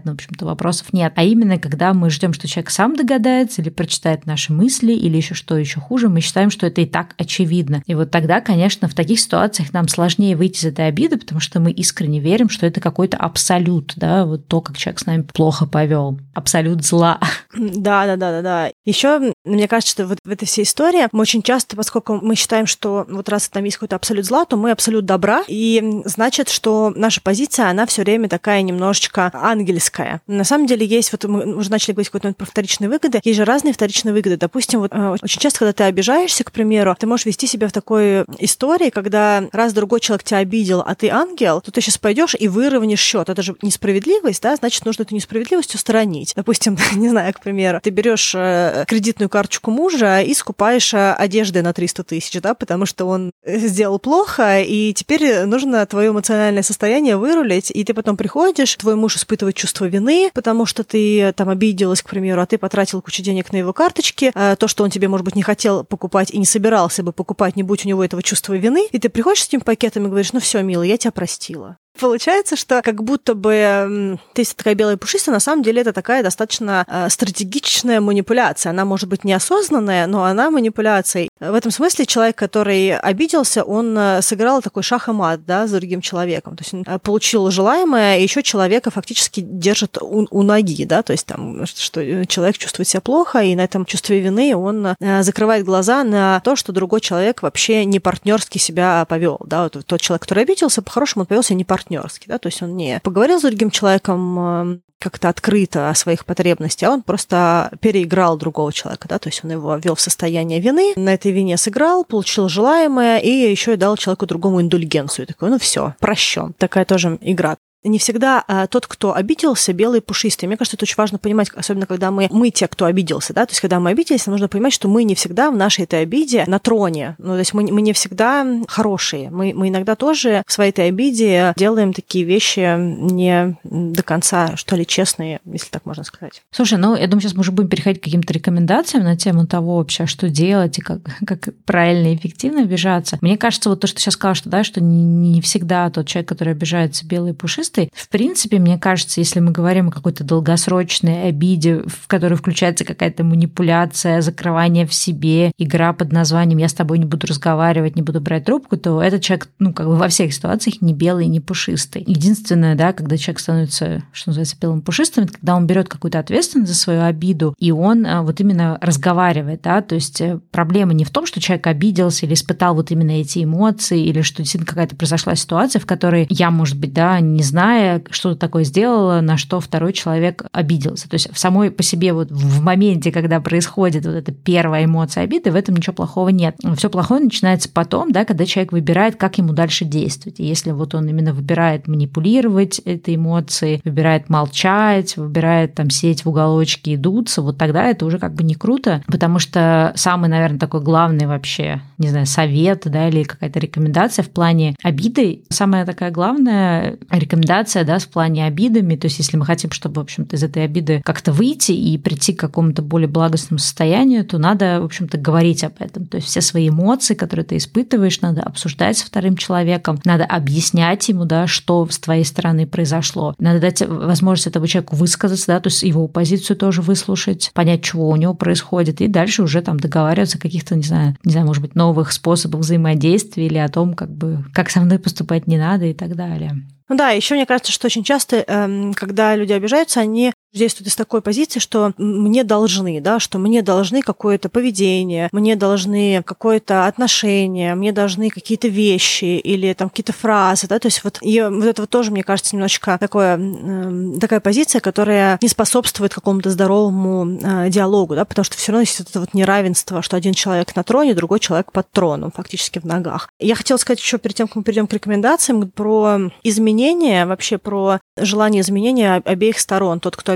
понятно, в общем-то, вопросов нет. А именно, когда мы ждем, что человек сам догадается или прочитает наши мысли, или еще что еще хуже, мы считаем, что это и так очевидно. И вот тогда, конечно, в таких ситуациях нам сложнее выйти из этой обиды, потому что мы искренне верим, что это какой-то абсолют, да, вот то, как человек с нами плохо повел, абсолют зла. Да, да, да, да, да. Еще мне кажется, что вот в этой всей истории мы очень часто, поскольку мы считаем, что вот раз там есть какой-то абсолют зла, то мы абсолют добра, и значит, что наша позиция, она все время такая немножечко ангельская. На самом деле есть, вот мы уже начали говорить какой-то момент про вторичные выгоды, есть же разные вторичные выгоды. Допустим, вот очень часто, когда ты обижаешься, к примеру, ты можешь вести себя в такой истории, когда раз другой человек тебя обидел, а ты ангел, то ты сейчас пойдешь и выровняешь счет. Это же несправедливость, да, значит, нужно эту несправедливость устранить. Допустим, не знаю, к примеру, ты берешь кредитную карточку мужа и скупаешь одежды на триста тысяч, да, потому что он сделал плохо, и теперь нужно твое эмоциональное состояние вырулить, и ты потом приходишь, твой муж испытывает чувство вины, потому что ты там обиделась, к примеру, а ты потратил кучу денег на его карточки, то, что он тебе, может быть, не хотел покупать и не собирался бы покупать, не будь у него этого чувства вины, и ты приходишь с этим пакетом и говоришь: ну все, милый, я тебя простила. Получается, что как будто бы ты вся такая белая и пушистая, на самом деле это такая достаточно э, стратегичная манипуляция. Она может быть неосознанная, но она манипуляция. В этом смысле человек, который обиделся, он сыграл такой шах и мат, да, с другим человеком. То есть он получил желаемое, и еще человека фактически держит у, у ноги, да, то есть там, что человек чувствует себя плохо, и на этом чувстве вины он э, закрывает глаза на то, что другой человек вообще не партнерски себя повел, да. Вот тот человек, который обиделся, по-хорошему он повел себя не партнерски. Да, то есть он не поговорил с другим человеком как-то открыто о своих потребностях, а он просто переиграл другого человека, да, то есть он его ввел в состояние вины, на этой вине сыграл, получил желаемое и еще и дал человеку другому индульгенцию. Такой, ну все, прощен. Такая тоже игра. Не всегда а, тот, кто обиделся, белый и пушистый. Мне кажется, это очень важно понимать, особенно когда мы, мы те, кто обиделся, да, то есть когда мы обиделись, нам нужно понимать, что мы не всегда в нашей этой обиде на троне, ну, то есть мы, мы не всегда хорошие, мы, мы иногда тоже в своей этой обиде делаем такие вещи не до конца, что ли, честные, если так можно сказать. Слушай, ну, я думаю, сейчас мы уже будем переходить к каким-то рекомендациям на тему того вообще, что делать и как, как правильно и эффективно обижаться. Мне кажется, вот то, что ты сейчас сказала, что, да, что не всегда тот человек, который обижается, белый и пушистый. В принципе, мне кажется, если мы говорим о какой-то долгосрочной обиде, в которой включается какая-то манипуляция, закрывание в себе, игра под названием «я с тобой не буду разговаривать, не буду брать трубку», то этот человек, ну, как бы во всех ситуациях не белый, не пушистый. Единственное, да, когда человек становится, что называется, белым пушистым, это когда он берет какую-то ответственность за свою обиду, и он вот именно разговаривает, да, то есть проблема не в том, что человек обиделся или испытал вот именно эти эмоции, или что действительно какая-то произошла ситуация, в которой я, может быть, да, не знаю, что-то такое сделала, на что второй человек обиделся. То есть в самой по себе вот в моменте, когда происходит вот эта первая эмоция обиды, в этом ничего плохого нет. Все плохое начинается потом, да, когда человек выбирает, как ему дальше действовать. И если вот он именно выбирает манипулировать этой эмоцией, выбирает молчать, выбирает там сидеть в уголочке и дуться, вот тогда это уже как бы не круто, потому что самый, наверное, такой главный вообще, не знаю, совет, да, или какая-то рекомендация в плане обиды, самая такая главная рекомендация, да, в плане обидами, то есть если мы хотим, чтобы, в общем-то, из этой обиды как-то выйти и прийти к какому-то более благостному состоянию, то надо, в общем-то, говорить об этом. То есть все свои эмоции, которые ты испытываешь, надо обсуждать со вторым человеком, надо объяснять ему, да, что с твоей стороны произошло. Надо дать возможность этому человеку высказаться, да, то есть его позицию тоже выслушать, понять, чего у него происходит, и дальше уже там договариваться о каких-то, не знаю, не знаю, может быть, новых способах взаимодействия или о том, как бы, как со мной поступать не надо и так далее. Ну да, еще мне кажется, что очень часто, когда люди обижаются, они действуют из такой позиции, что мне должны, да, что мне должны какое-то поведение, мне должны какое-то отношение, мне должны какие-то вещи или там какие-то фразы, да, то есть вот, и вот это вот тоже, мне кажется, немножечко такое, такая позиция, которая не способствует какому-то здоровому диалогу, да, потому что все равно есть вот это вот неравенство, что один человек на троне, другой человек под троном, фактически в ногах. Я хотела сказать еще перед тем, как мы перейдем к рекомендациям, про изменения, вообще про желание изменения обеих сторон. Тот, кто обижается,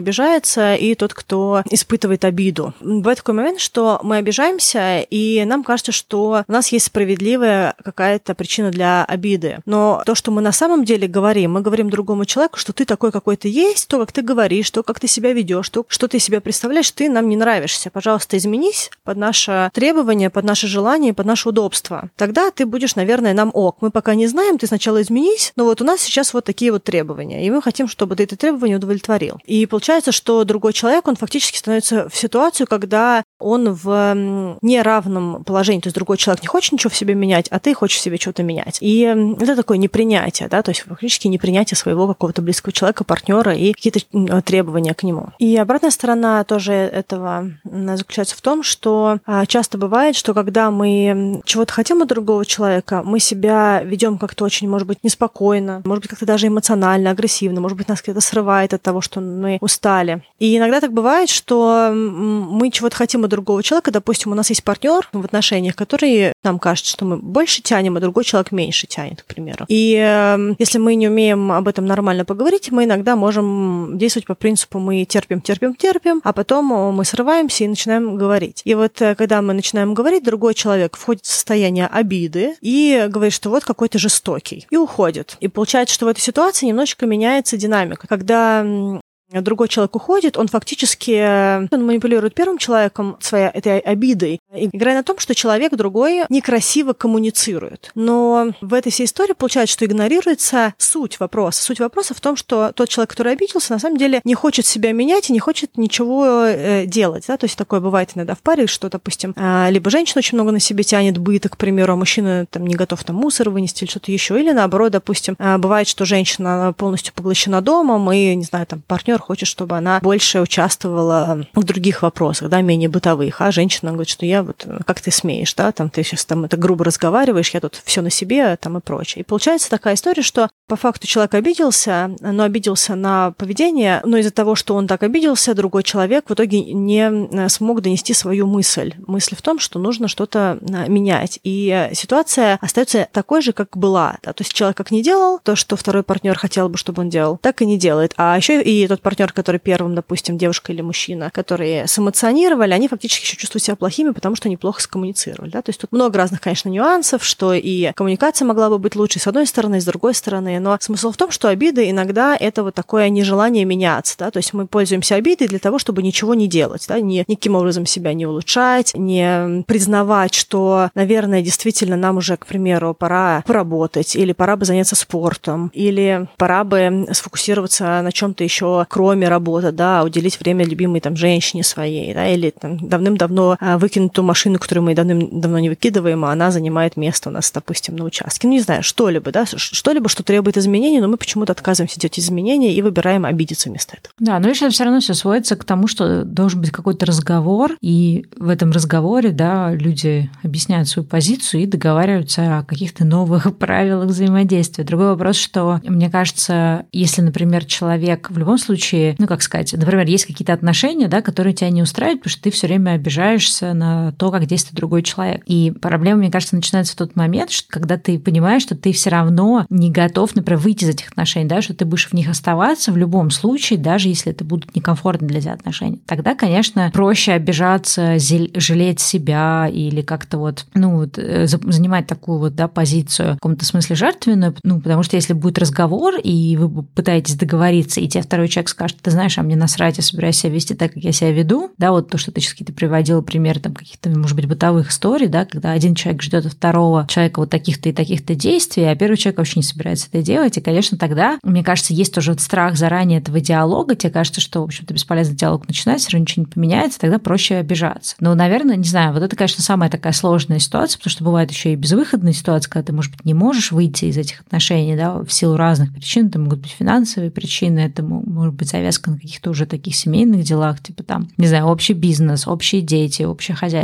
обижается, и тот, кто испытывает обиду. Бывает такой момент, что мы обижаемся, и нам кажется, что у нас есть справедливая какая-то причина для обиды. Но то, что мы на самом деле говорим, мы говорим другому человеку, что ты такой, какой ты есть, то, как ты говоришь, то, как ты себя ведешь, то, что ты себя представляешь, ты нам не нравишься. Пожалуйста, изменись под наше требование, под наше желание, под наше удобство. Тогда ты будешь, наверное, нам ок. Мы пока не знаем, ты сначала изменись, но вот у нас сейчас вот такие вот требования, и мы хотим, чтобы ты это требование удовлетворил. И получается, что другой человек, он фактически становится в ситуацию, когда он в неравном положении, то есть другой человек не хочет ничего в себе менять, а ты хочешь в себе что-то менять. И это такое непринятие, да, то есть фактически непринятие своего какого-то близкого человека, партнера и какие-то требования к нему. И обратная сторона тоже этого заключается в том, что часто бывает, что когда мы чего-то хотим от другого человека, мы себя ведем как-то очень, может быть, неспокойно, может быть, как-то даже эмоционально, агрессивно, может быть, нас где-то срывает от того, что мы устали. И иногда так бывает, что мы чего-то хотим от другого человека, допустим, у нас есть партнер в отношениях, который нам кажется, что мы больше тянем, а другой человек меньше тянет, к примеру. И э, если мы не умеем об этом нормально поговорить, мы иногда можем действовать по принципу мы терпим, терпим, терпим, а потом мы срываемся и начинаем говорить. И вот когда мы начинаем говорить, другой человек входит в состояние обиды и говорит, что вот какой ты жестокий, и уходит. И получается, что в этой ситуации немножечко меняется динамика. Когда другой человек уходит, он фактически он манипулирует первым человеком своей этой обидой, играя на том, что человек другой некрасиво коммуницирует. Но в этой всей истории получается, что игнорируется суть вопроса. Суть вопроса в том, что тот человек, который обиделся, на самом деле не хочет себя менять и не хочет ничего э, делать. Да? То есть такое бывает иногда в паре, что, допустим, э, либо женщина очень много на себе тянет быта, к примеру, а мужчина там, не готов там, мусор вынести или что-то еще. Или наоборот, допустим, э, бывает, что женщина полностью поглощена домом и, не знаю, там партнер хочет, чтобы она больше участвовала в других вопросах, да, менее бытовых, а женщина говорит, что я вот, как ты смеешь, да, там ты сейчас там это грубо разговариваешь, я тут все на себе, там и прочее. И получается такая история, что по факту человек обиделся, но обиделся на поведение, но из-за того, что он так обиделся, другой человек в итоге не смог донести свою мысль. Мысль в том, что нужно что-то менять. И ситуация остается такой же, как была. Да? То есть человек как не делал то, что второй партнер хотел бы, чтобы он делал, так и не делает. А еще и тот партнер, который первым, допустим, девушка или мужчина, которые сэмоционировали, они фактически еще чувствуют себя плохими, потому что они плохо скоммуницировали. Да? То есть тут много разных, конечно, нюансов, что и коммуникация могла бы быть лучше с одной стороны, и с другой стороны. Но смысл в том, что обиды иногда это вот такое нежелание меняться. Да? То есть мы пользуемся обидой для того, чтобы ничего не делать, да? ни, никаким образом себя не улучшать, не признавать, что, наверное, действительно нам уже, к примеру, пора поработать, или пора бы заняться спортом, или пора бы сфокусироваться на чем-то еще, кроме работы, да, уделить время любимой там женщине своей, да, или там давным-давно выкинуть ту машину, которую мы давным-давно не выкидываем, а она занимает место у нас, допустим, на участке. Ну, не знаю, что-либо, да, что-либо, что требует изменений, но мы почему-то отказываемся делать изменения и выбираем обидеться вместо этого. Да, но еще все равно все сводится к тому, что должен быть какой-то разговор, и в этом разговоре, да, люди объясняют свою позицию и договариваются о каких-то новых правилах взаимодействия. Другой вопрос, что, мне кажется, если, например, человек в любом случае, ну, как сказать, например, есть какие-то отношения, да, которые тебя не устраивают, потому что ты все время обижаешься на то, как действует другой человек. И проблема, мне кажется, начинается в тот момент, что, когда ты понимаешь, что ты все равно не готов, например, выйти из этих отношений, да, что ты будешь в них оставаться в любом случае, даже если это будут некомфортны для тебя отношения. Тогда, конечно, проще обижаться, жалеть себя или как-то вот, ну, вот, занимать такую вот, да, позицию в каком-то смысле жертвенную, ну, потому что если будет разговор, и вы пытаетесь договориться, и тебе второй человек скажет, ты знаешь, а мне насрать, я собираюсь себя вести так, как я себя веду, да, вот то, что ты сейчас какие-то приводила примеры там каких-то, может быть, бытовых историй, да, когда один человек ждет от второго человека вот таких-то и таких-то действий, а первый человек вообще не собирается это делать, и, конечно, тогда, мне кажется, есть тоже вот страх заранее этого диалога, тебе кажется, что, в общем-то, бесполезно диалог начинать, все равно ничего не поменяется, тогда проще обижаться. Но, наверное, не знаю, вот это, конечно, самая такая сложная ситуация, потому что бывает еще и безвыходная ситуация, когда ты, может быть, не можешь выйти из этих отношений, да, в силу разных причин, это могут быть финансовые причины, это может быть завязка на каких-то уже таких семейных делах, типа там, не знаю, общий бизнес, общие дети, общее хозяйство,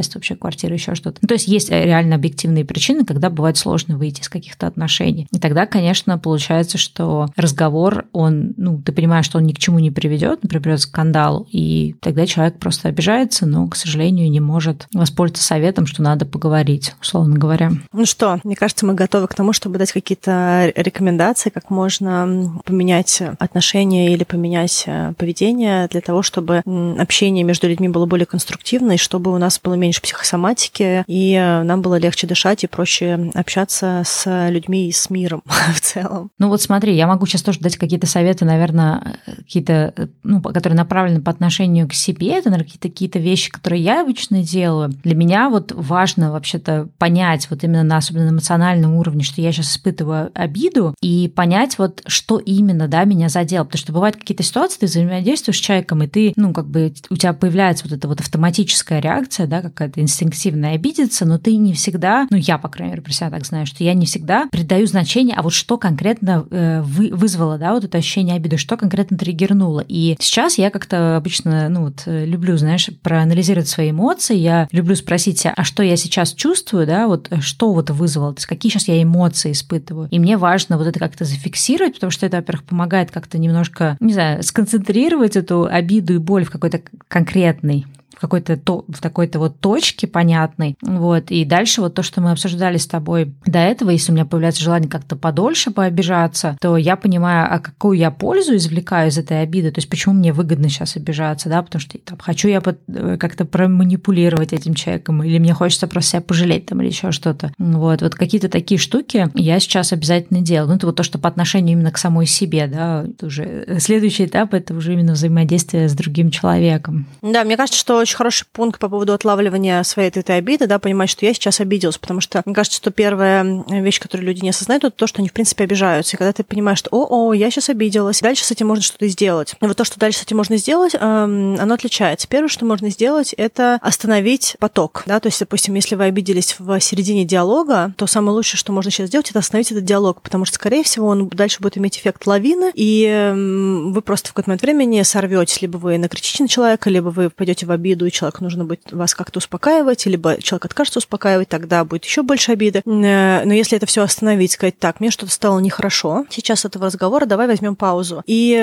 хозяйство, вообще квартира, еще что-то. Ну, то есть есть реально объективные причины, когда бывает сложно выйти из каких-то отношений. И тогда, конечно, получается, что разговор, он, ну, ты понимаешь, что он ни к чему не приведет, например, к скандалу, и тогда человек просто обижается, но, к сожалению, не может воспользоваться советом, что надо поговорить, условно говоря. Ну что, мне кажется, мы готовы к тому, чтобы дать какие-то рекомендации, как можно поменять отношения или поменять поведение для того, чтобы общение между людьми было более конструктивно, и чтобы у нас было меньше психосоматики, и нам было легче дышать и проще общаться с людьми и с миром в целом. Ну вот смотри, я могу сейчас тоже дать какие-то советы, наверное, какие-то, ну, которые направлены по отношению к себе, это, наверное, какие-то, какие-то вещи, которые я обычно делаю. Для меня вот важно вообще-то понять вот именно на особенно эмоциональном уровне, что я сейчас испытываю обиду, и понять вот, что именно, да, меня задело. Потому что бывают какие-то ситуации, ты взаимодействуешь с человеком, и ты, ну, как бы у тебя появляется вот эта вот автоматическая реакция, да, какая-то инстинктивная обидеться, но ты не всегда, ну, я, по крайней мере, про себя так знаю, что я не всегда придаю значение, а вот что конкретно э, вы, вызвало, да, вот это ощущение обиды, что конкретно триггернуло. И сейчас я как-то обычно, ну, вот, люблю, знаешь, проанализировать свои эмоции, я люблю спросить себя, а что я сейчас чувствую, да, вот что вот вызвало, то есть какие сейчас я эмоции испытываю. И мне важно вот это как-то зафиксировать, потому что это, во-первых, помогает как-то немножко, не знаю, сконцентрировать эту обиду и боль в какой-то конкретной в какой-то то, в такой-то вот точке понятной. Вот. И дальше вот то, что мы обсуждали с тобой до этого, если у меня появляется желание как-то подольше пообижаться, то я понимаю, а какую я пользу извлекаю из этой обиды, то есть почему мне выгодно сейчас обижаться, да, потому что там, хочу я под, как-то проманипулировать этим человеком, или мне хочется просто себя пожалеть там, или еще что-то. Вот. Вот какие-то такие штуки я сейчас обязательно делаю. Ну, это вот то, что по отношению именно к самой себе, да, это уже следующий этап, это уже именно взаимодействие с другим человеком. Да, мне кажется, что очень хороший пункт по поводу отлавливания своей этой обиды, да, понимать, что я сейчас обиделась, потому что мне кажется, что первая вещь, которую люди не осознают, это то, что они, в принципе, обижаются. И когда ты понимаешь, что «О, о, я сейчас обиделась», дальше с этим можно что-то сделать. И вот то, что дальше с этим можно сделать, оно отличается. Первое, что можно сделать, это остановить поток, да, то есть, допустим, если вы обиделись в середине диалога, то самое лучшее, что можно сейчас сделать, это остановить этот диалог, потому что, скорее всего, он дальше будет иметь эффект лавины, и вы просто в какой-то момент времени сорветесь, либо вы накричите на человека, либо вы пойдете в обиду, и человеку нужно будет вас как-то успокаивать, либо человек откажется успокаивать, тогда будет еще больше обиды. Но если это все остановить, сказать, так, мне что-то стало нехорошо, сейчас с этого разговора давай возьмем паузу.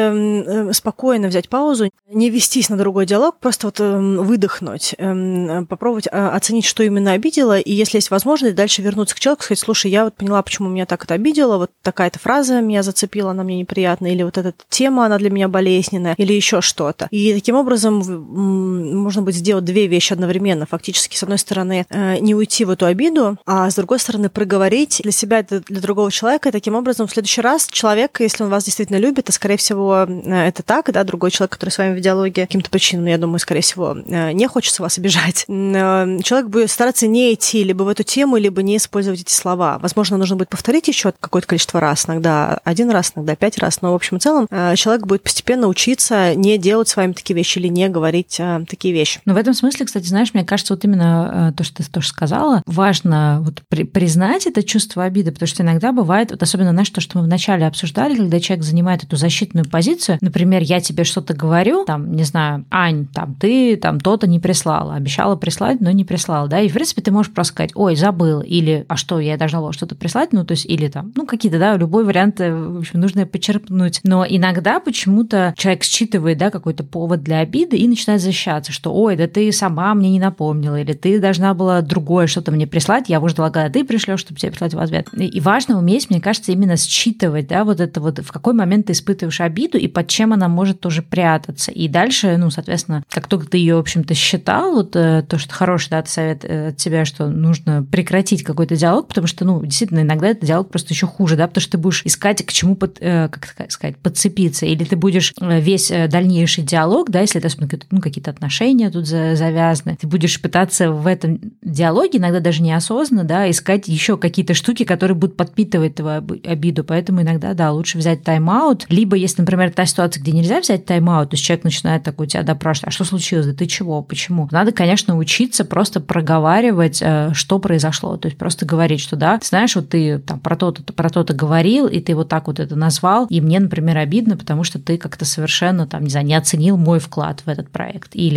И спокойно взять паузу, не вестись на другой диалог, просто вот выдохнуть, попробовать оценить, что именно обидело, и если есть возможность, дальше вернуться к человеку, сказать, слушай, я вот поняла, почему меня так это обидело, вот такая-то фраза меня зацепила, она мне неприятна, или вот эта тема, она для меня болезненная, или еще что-то. И таким образом можно будет сделать две вещи одновременно. Фактически, с одной стороны, не уйти в эту обиду, а с другой стороны, проговорить для себя, для другого человека. И таким образом, в следующий раз человек, если он вас действительно любит, а, скорее всего, это так, да, другой человек, который с вами в диалоге, каким-то причинам, я думаю, скорее всего, не хочется вас обижать, человек будет стараться не идти либо в эту тему, либо не использовать эти слова. Возможно, нужно будет повторить еще какое-то количество раз, иногда один раз, иногда пять раз, но, в общем и целом, человек будет постепенно учиться не делать с вами такие вещи или не говорить такие вещи. Но в этом смысле, кстати, знаешь, мне кажется, вот именно то, что ты тоже сказала, важно вот при, признать это чувство обиды, потому что иногда бывает, вот особенно, знаешь, то, что мы вначале обсуждали, когда человек занимает эту защитную позицию, например, я тебе что-то говорю, там, не знаю, Ань, там, ты там то-то не прислала, обещала прислать, но не прислала, да, и, в принципе, ты можешь просто сказать, ой, забыл, или, а что, я должна была что-то прислать, ну, то есть, или там, ну, какие-то, да, любой вариант, в общем, нужно почерпнуть, но иногда почему-то человек считывает, да, какой-то повод для обиды и начинает защищаться, что, ой, да ты сама мне не напомнила, или ты должна была другое что-то мне прислать, я уже ждала, когда ты пришлешь, чтобы тебе прислать в ответ. И важно уметь, мне кажется, именно считывать, да, вот это вот, в какой момент ты испытываешь обиду и под чем она может тоже прятаться. И дальше, ну, соответственно, как только ты ее, в общем-то, считал, вот то, что хороший, да, совет от тебя, что нужно прекратить какой-то диалог, потому что, ну, действительно, иногда этот диалог просто еще хуже, да, потому что ты будешь искать, к чему, под, как сказать, подцепиться, или ты будешь весь дальнейший диалог, да, если это, ну, какие-то отношения тут завязаны, ты будешь пытаться в этом диалоге, иногда даже неосознанно, да, искать еще какие-то штуки, которые будут подпитывать твою обиду, поэтому иногда, да, лучше взять тайм-аут, либо если, например, та ситуация, где нельзя взять тайм-аут, то есть человек начинает так у тебя допрашивать, а что случилось, да ты чего, почему? Надо, конечно, учиться просто проговаривать, что произошло, то есть просто говорить, что, да, знаешь, вот ты там про то-то, про то-то говорил, и ты вот так вот это назвал, и мне, например, обидно, потому что ты как-то совершенно, там, не знаю, не оценил мой вклад в этот проект, или там ты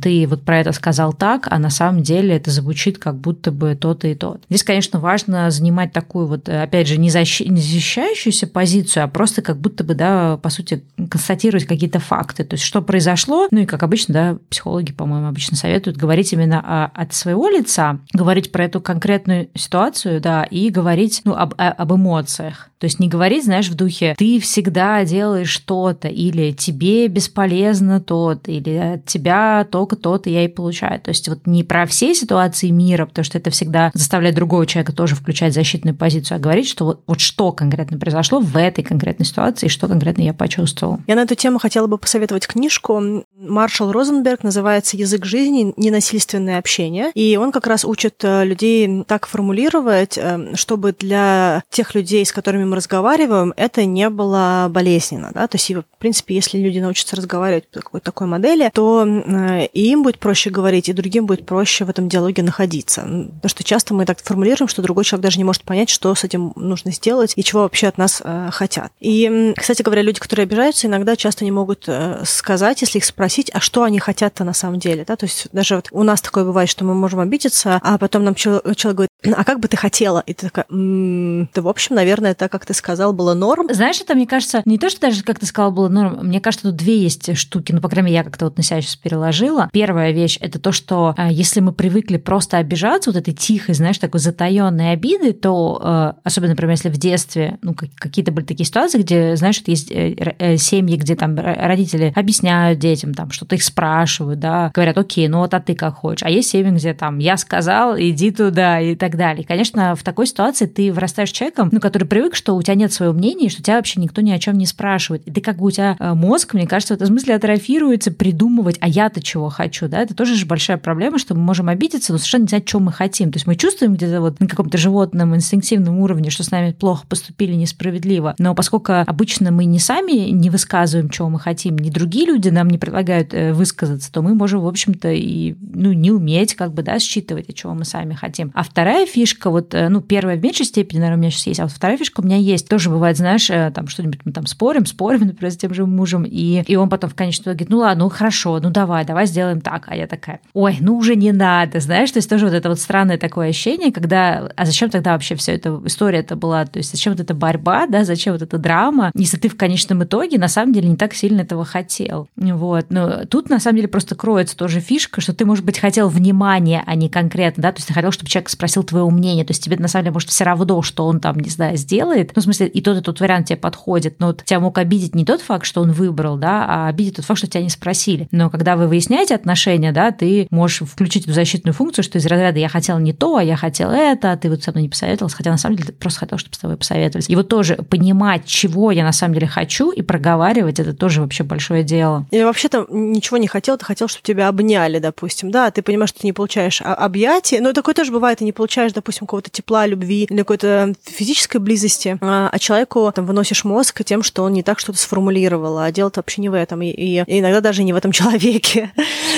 ты вот про это сказал так, а на самом деле это звучит как будто бы то-то и то. Здесь, конечно, важно занимать такую вот, опять же, не защищающуюся позицию, а просто как будто бы, да, по сути, констатировать какие-то факты. То есть, что произошло, ну и, как обычно, да, психологи, по-моему, обычно советуют говорить именно от своего лица, говорить про эту конкретную ситуацию, да, и говорить, ну, об, об эмоциях. То есть не говорить, знаешь, в духе «ты всегда делаешь что-то», или «тебе бесполезно то-то», или «от тебя только то-то я и получаю». То есть вот не про все ситуации мира, потому что это всегда заставляет другого человека тоже включать защитную позицию, а говорить, что вот, вот что конкретно произошло в этой конкретной ситуации, что конкретно я почувствовала. Я на эту тему хотела бы посоветовать книжку. Маршал Розенберг, называется «Язык жизни. Ненасильственное общение». И он как раз учит людей так формулировать, чтобы для тех людей, с которыми мы разговариваем, это не было болезненно. Да? То есть, в принципе, если люди научатся разговаривать по какой-то такой модели, то и им будет проще говорить, и другим будет проще в этом диалоге находиться. Потому что часто мы так формулируем, что другой человек даже не может понять, что с этим нужно сделать и чего вообще от нас хотят. И, кстати говоря, люди, которые обижаются, иногда часто не могут сказать, если их спросить, а что они хотят-то на самом деле. Да? То есть даже вот у нас такое бывает, что мы можем обидеться, а потом нам человек говорит, а как бы ты хотела? И ты такая, м-м, да, в общем, наверное, так, как ты сказал, было норм. Знаешь, это, мне кажется, не то, что даже, как ты сказала, было норм, мне кажется, тут две есть штуки, ну, по крайней мере, я как-то вот на себя сейчас переложила. Первая вещь — это то, что если мы привыкли просто обижаться, вот этой тихой, знаешь, такой затаённой обиды, то, особенно, например, если в детстве, ну, какие-то были такие ситуации, где, знаешь, есть семьи, где там родители объясняют детям, там, что-то их спрашивают, да, говорят, окей, ну вот, а ты как хочешь. А есть семьи, где там, я сказал, иди туда, и так далее. И, конечно, в такой ситуации ты вырастаешь человеком, ну, который привык, что у тебя нет своего мнения, что тебя вообще никто ни о чем не спрашивает. И ты как бы у тебя мозг, мне кажется, в этом смысле атрофируется придумывать, а я-то чего хочу, да, это тоже же большая проблема, что мы можем обидеться, но совершенно не знать, что мы хотим. То есть мы чувствуем где-то вот на каком-то животном, инстинктивном уровне, что с нами плохо поступили, несправедливо. Но поскольку обычно мы не сами не высказываем, чего мы хотим, ни другие люди нам не предлагают высказаться, то мы можем, в общем-то, и ну, не уметь как бы, да, считывать, о чего мы сами хотим. А вторая фишка, вот, ну, первая в меньшей степени, наверное, у меня сейчас есть, а вот вторая фишка у меня есть. Тоже бывает, знаешь, там что-нибудь мы там спорим, спорим, например, с тем же мужем, и, и он потом в конечном итоге говорит, ну ладно, ну хорошо, ну давай, давай сделаем так. А я такая, ой, ну уже не надо, знаешь, то есть тоже вот это вот странное такое ощущение, когда, а зачем тогда вообще вся эта история-то была, то есть зачем вот эта борьба, да, зачем вот эта драма, если ты в конечном итоге на самом деле не так сильно этого хотел. Вот, но тут на самом деле просто кроется тоже фишка, что ты, может быть, хотел внимания, а не конкретно, да, то есть ты хотел, чтобы человек спросил твоего мнения, то есть тебе на самом деле, может, все равно, что он там, не знаю, сделает, ну, в смысле, и тот, и тот вариант тебе подходит, но вот тебя мог обидеть не тот факт, что он выбрал, да, а обидеть тот факт, что тебя не спросили. Но когда вы выясняете отношения, да, ты можешь включить эту защитную функцию, что из разряда «я хотел не то, а я хотел это, а ты вот со мной не посоветовался», хотя на самом деле ты просто хотел, чтобы с тобой посоветовались. И вот тоже понимать, чего я на самом деле хочу, и проговаривать, это тоже вообще большое дело. Или вообще-то ничего не хотел, ты хотел, чтобы тебя обняли, допустим, да, ты понимаешь, что ты не получаешь объятия, но такое тоже бывает, ты не получаешь, допустим, какого-то тепла, любви или какой-то физической близости, а человеку там выносишь мозг тем, что он не так что-то сформулировал, а дело-то вообще не в этом, и, и, и иногда даже не в этом человеке.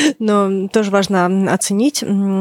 Но тоже важно оценить,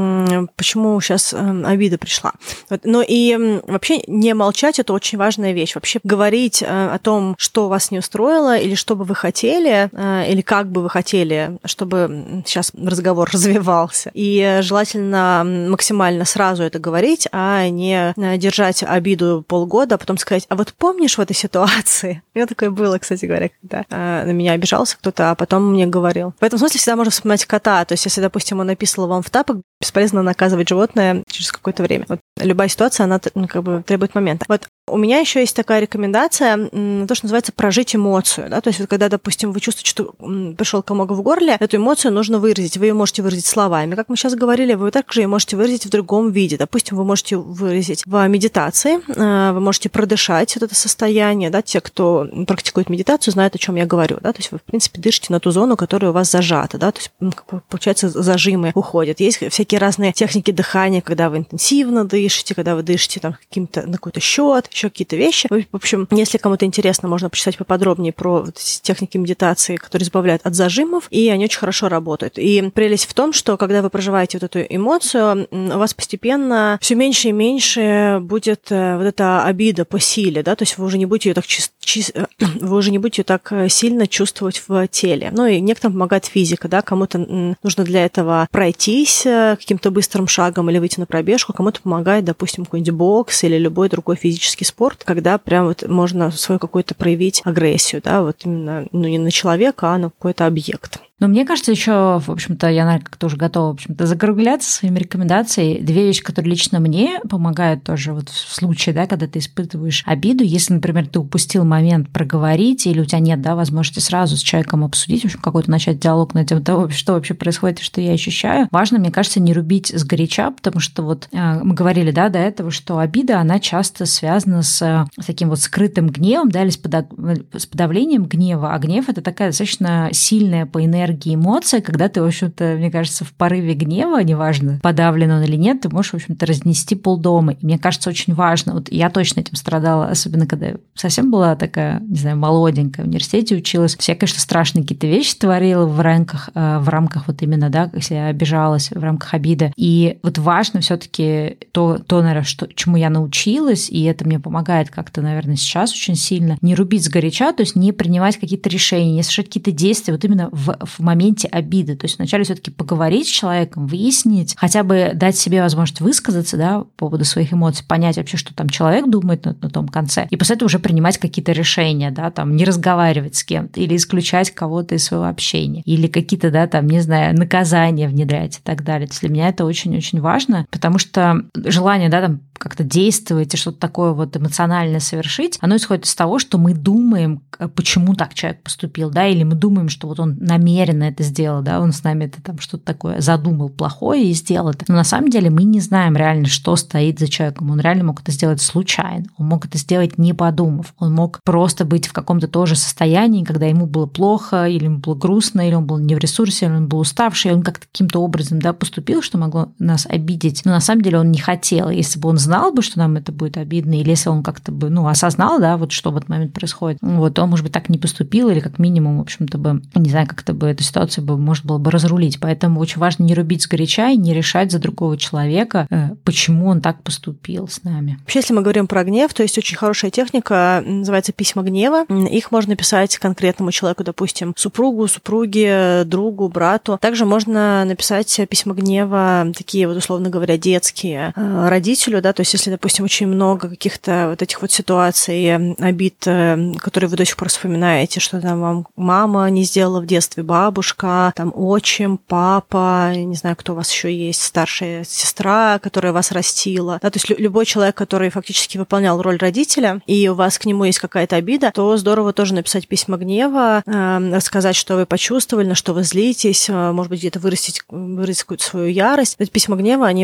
почему сейчас обида пришла. Но и вообще не молчать — это очень важная вещь. Вообще говорить о том, что вас не устроило, или что бы вы хотели, или как бы вы хотели, чтобы сейчас разговор развивался. И желательно максимально сразу это говорить, а не держать обиду полгода, а потом сказать, а вот помнишь в этой ситуации? У меня такое было, кстати говоря, когда на меня обижался кто-то, а потом мне говорил. В этом смысле всегда можно вспоминать кота. То есть, если, допустим, он написал вам в тапок, бесполезно наказывать животное через какое-то время. Вот любая ситуация, она ну, как бы требует момента. Вот у меня еще есть такая рекомендация, то, что называется прожить эмоцию. Да? То есть, вот, когда, допустим, вы чувствуете, что пришел комок в горле, эту эмоцию нужно выразить. Вы ее можете выразить словами. Как мы сейчас говорили, вы также ее можете выразить в другом виде. Допустим, вы можете выразить в медитации, вы можете продышать вот это состояние. Да? Те, кто практикует медитацию, знают, о чем я говорю. Да? То есть вы, в принципе, дышите на ту зону, которая у вас зажата. Да? То есть, получается, зажимы уходят. Есть всякие разные техники дыхания, когда вы интенсивно дышите, когда вы дышите там, каким-то, на какой-то счет, еще какие-то вещи. В общем, если кому-то интересно, можно почитать поподробнее про вот техники медитации, которые избавляют от зажимов, и они очень хорошо работают. И прелесть в том, что когда вы проживаете вот эту эмоцию, у вас постепенно все меньше и меньше будет вот эта обида по силе, да, то есть вы уже не будете ее так чис- чис- вы уже не будете ее так сильно чувствовать в теле. Ну и некоторым помогает физика, да, кому-то Кому-то нужно для этого пройтись каким-то быстрым шагом или выйти на пробежку, кому-то помогает, допустим, какой-нибудь бокс или любой другой физический спорт, когда прям вот можно свою какую-то проявить агрессию, да, вот именно, ну, не на человека, а на какой-то объект. Но мне кажется, еще, в общем-то, я, наверное, как-то уже готова, в общем-то, закругляться своими рекомендациями. Две вещи, которые лично мне помогают тоже вот в случае, да, когда ты испытываешь обиду, если, например, ты упустил момент проговорить, или у тебя нет, да, возможности сразу с человеком обсудить, в общем, какой-то начать диалог на тему того, что вообще происходит и что я ощущаю. Важно, мне кажется, не рубить сгоряча, потому что вот мы говорили, да, до этого, что обида, она часто связана с, с таким вот скрытым гневом, да, или с, подав... с подавлением гнева, а гнев – это такая достаточно сильная по энергии эмоции, когда ты, в общем-то, мне кажется, в порыве гнева, неважно, подавлен он или нет, ты можешь, в общем-то, разнести полдома. И мне кажется, очень важно, вот я точно этим страдала, особенно когда я совсем была такая, не знаю, молоденькая, в университете училась. Я, конечно, страшные какие-то вещи творила в рамках, в рамках вот именно, да, если я обижалась, в рамках обиды. И вот важно все-таки то, то, наверное, что, чему я научилась, и это мне помогает как-то, наверное, сейчас очень сильно, не рубить сгоряча, то есть не принимать какие-то решения, не совершать какие-то действия вот именно в, в моменте обиды. То есть вначале все-таки поговорить с человеком, выяснить, хотя бы дать себе возможность высказаться, да, по поводу своих эмоций, понять вообще, что там человек думает на, на том конце, и после этого уже принимать какие-то решения, да, там не разговаривать с кем-то или исключать кого-то из своего общения, или какие-то, да, там, не знаю, наказания внедрять и так далее. То есть для меня это очень-очень важно, потому что желание, да, там как-то действовать и что-то такое вот эмоциональное совершить, оно исходит из того, что мы думаем, почему так человек поступил, да, или мы думаем, что вот он намеренно это сделал, да, он с нами это там что-то такое задумал плохое и сделал это. Но на самом деле мы не знаем реально, что стоит за человеком. Он реально мог это сделать случайно, он мог это сделать не подумав, он мог просто быть в каком-то тоже состоянии, когда ему было плохо, или ему было грустно, или он был не в ресурсе, или он был уставший, и он как-то каким-то образом, да, поступил, что могло нас обидеть. Но на самом деле он не хотел. Если бы он знал бы, что нам это будет обидно, или если он как-то бы, ну, осознал, да, вот что в этот момент происходит, вот, он, может быть, так не поступил, или как минимум, в общем-то, бы, не знаю, как-то бы эту ситуацию бы можно было бы разрулить. Поэтому очень важно не рубить сгоряча и не решать за другого человека, почему он так поступил с нами. Вообще, если мы говорим про гнев, то есть очень хорошая техника, называется письма гнева. Их можно писать конкретному человеку, допустим, супругу, супруге, другу, брату. Также можно написать письма гнева, такие вот, условно говоря, детские, родителю, да, то есть если, допустим, очень много каких-то вот этих вот ситуаций, обид, которые вы до сих пор вспоминаете, что там вам мама не сделала в детстве, бабушка, там отчим, папа, не знаю, кто у вас еще есть, старшая сестра, которая вас растила, да, то есть любой человек, который фактически выполнял роль родителя, и у вас к нему есть какая-то обида, то здорово тоже написать письма гнева, рассказать, что вы почувствовали, на что вы злитесь, может быть, где-то вырастить, выразить какую-то свою ярость. Эти письма гнева, они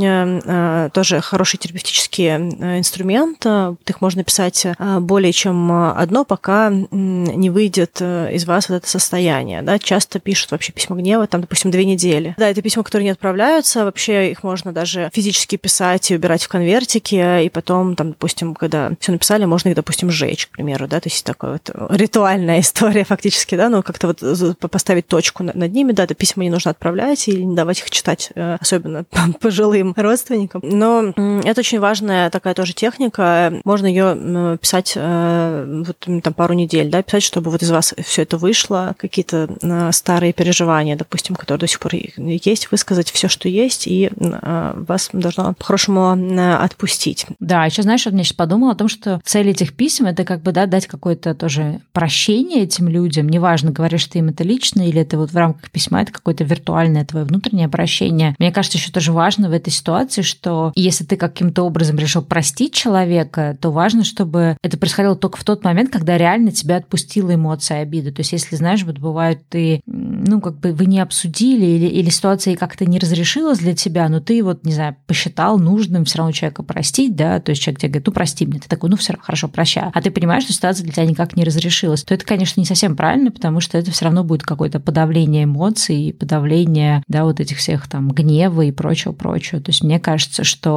очень тоже хороший терапевтический инструмент, их можно писать более чем одно, пока не выйдет из вас вот это состояние, да, часто пишут вообще письма гнева, там, допустим, две недели. Да, это письма, которые не отправляются, вообще их можно даже физически писать и убирать в конвертике, и потом, там, допустим, когда все написали, можно их, допустим, сжечь, к примеру, да, то есть такая вот ритуальная история фактически, да, ну, как-то вот поставить точку над ними, да, это письма не нужно отправлять или не давать их читать, особенно пожилым родственникам, но это очень важная такая тоже техника, можно ее писать вот там пару недель, да, писать, чтобы вот из вас все это вышло, какие-то старые переживания, допустим, которые до сих пор есть, высказать все, что есть, и вас должно по-хорошему отпустить. Да, еще, знаешь, вот я сейчас подумала о том, что цель этих писем — это как бы, да, дать какое-то тоже прощение этим людям, неважно, говоришь ты им это лично или это вот в рамках письма, это какое-то виртуальное твое внутреннее прощение. Мне кажется, еще тоже важно в этой ситуации, что если ты каким-то образом решил простить человека, то важно, чтобы это происходило только в тот момент, когда реально тебя отпустила эмоция обиды. То есть если, знаешь, вот бывает, ты, ну, как бы вы не обсудили или, или ситуация как-то не разрешилась для тебя, но ты вот, не знаю, посчитал нужным все равно человека простить, да, то есть человек тебе говорит, ну, прости меня, ты такой, ну, все равно хорошо, прощаю. А ты понимаешь, что ситуация для тебя никак не разрешилась, то это, конечно, не совсем правильно, потому что это все равно будет какое-то подавление эмоций, подавление, да, вот этих всех там гнева и прочего-прочего. То есть мне кажется, что, ну,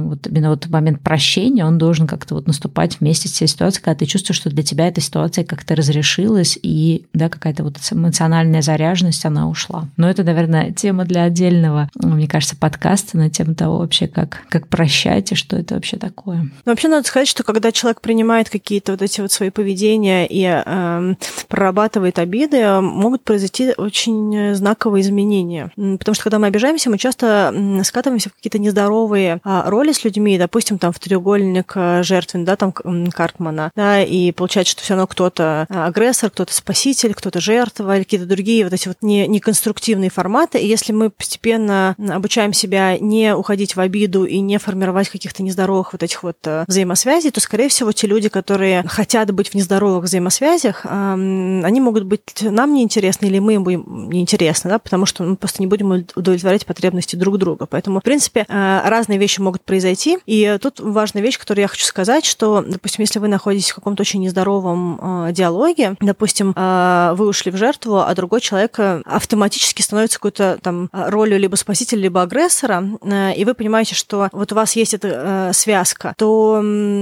вот именно вот момент прощения, он должен как-то вот наступать вместе с той ситуацией, когда ты чувствуешь, что для тебя эта ситуация как-то разрешилась, и, да, какая-то вот эмоциональная заряженность, она ушла. Но это, наверное, тема для отдельного, мне кажется, подкаста на тему того вообще, как, как прощать и что это вообще такое. Ну, вообще надо сказать, что когда человек принимает какие-то вот эти вот свои поведения и э, прорабатывает обиды, могут произойти очень знаковые изменения. Потому что когда мы обижаемся, мы часто скатываемся в какие-то нездоровые роли с людьми, допустим, там в треугольник жертвен, да, там Карпмана, да, и получается, что все равно кто-то агрессор, кто-то спаситель, кто-то жертва, или какие-то другие вот эти вот не, неконструктивные форматы. И если мы постепенно обучаем себя не уходить в обиду и не формировать каких-то нездоровых вот этих вот взаимосвязей, то, скорее всего, те люди, которые хотят быть в нездоровых взаимосвязях, они могут быть нам неинтересны или мы им будем неинтересны, да, потому что мы просто не будем удовлетворять потребности друг друга. Поэтому, в принципе, разные вещи могут произойти. И тут важная вещь, которую я хочу сказать, что, допустим, если вы находитесь в каком-то очень нездоровом диалоге, допустим, вы ушли в жертву, а другой человек автоматически становится какой-то там ролью либо спасителя, либо агрессора, и вы понимаете, что вот у вас есть эта связка, то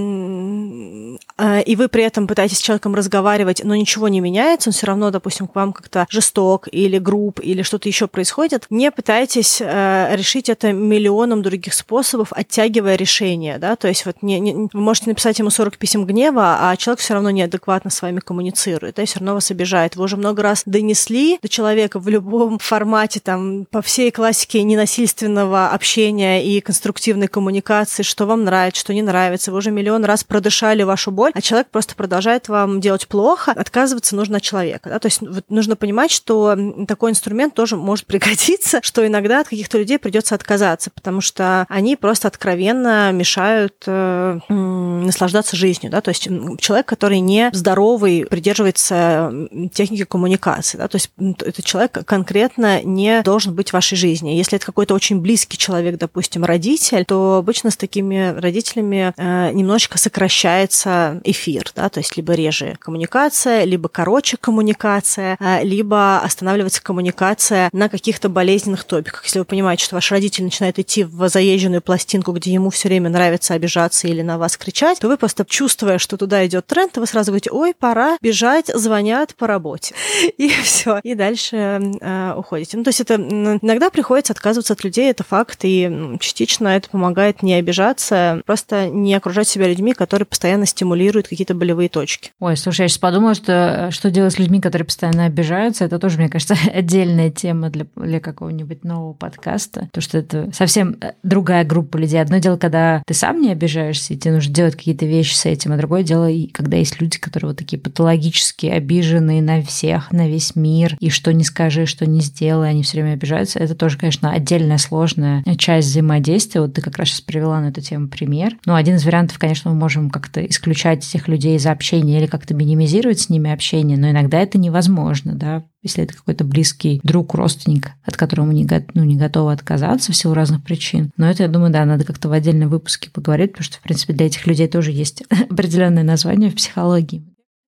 и вы при этом пытаетесь с человеком разговаривать, но ничего не меняется, он все равно, допустим, к вам как-то жесток или груб, или что-то еще происходит, не пытайтесь решить это миллионом других способов, оттягивая решение, да, то есть вот не, не, вы можете написать ему сорок писем гнева, а человек все равно неадекватно с вами коммуницирует, да, и все равно вас обижает. Вы уже много раз донесли до человека в любом формате, там, по всей классике ненасильственного общения и конструктивной коммуникации, что вам нравится, что не нравится. Вы уже миллион раз продышали вашу боль, а человек просто продолжает вам делать плохо. Отказываться нужно от человека, да, то есть вот нужно понимать, что такой инструмент тоже может пригодиться, что иногда от каких-то людей придется отказаться, потому что они просто откровенно мешают э, наслаждаться жизнью, да, то есть человек, который не здоровый, придерживается техники коммуникации, да, то есть этот человек конкретно не должен быть в вашей жизни. Если это какой-то очень близкий человек, допустим, родитель, то обычно с такими родителями э, немножечко сокращается эфир, да, то есть либо реже коммуникация, либо короче коммуникация, э, либо останавливается коммуникация на каких-то болезненных топиках. Если вы понимаете, что ваш родитель начинает идти в заезженную пластинку, где ему все время нравится обижаться или на вас кричать, то вы просто, чувствуя, что туда идет тренд, вы сразу говорите: ой, пора бежать, звонят по работе. И все. И дальше э, уходите. Ну, то есть это иногда приходится отказываться от людей, это факт, и частично это помогает не обижаться, просто не окружать себя людьми, которые постоянно стимулируют какие-то болевые точки. Ой, слушай, я сейчас подумала, что что делать с людьми, которые постоянно обижаются, это тоже, мне кажется, отдельная тема для, для какого-нибудь нового подкаста, потому что это совсем другая группа людей. Одно дело, когда ты сам не обижаешься, и тебе нужно делать какие-то вещи с этим, а другое дело, когда есть люди, которые вот такие патологически обиженные на всех, на весь мир, и что не скажи, что не сделай, они все время обижаются. Это тоже, конечно, отдельная сложная часть взаимодействия. Вот ты как раз сейчас привела на эту тему пример. Ну, один из вариантов, конечно, мы можем как-то исключать этих людей из общения или как-то минимизировать с ними общение, но иногда это невозможно, да, если это какой-то близкий друг, родственник, от которого мы не, ну, не готовы отказаться в силу разных причин. Но это, я думаю, да, надо как-то в отдельном выпуске поговорить, потому что, в принципе, для этих людей тоже есть определенное название в психологии.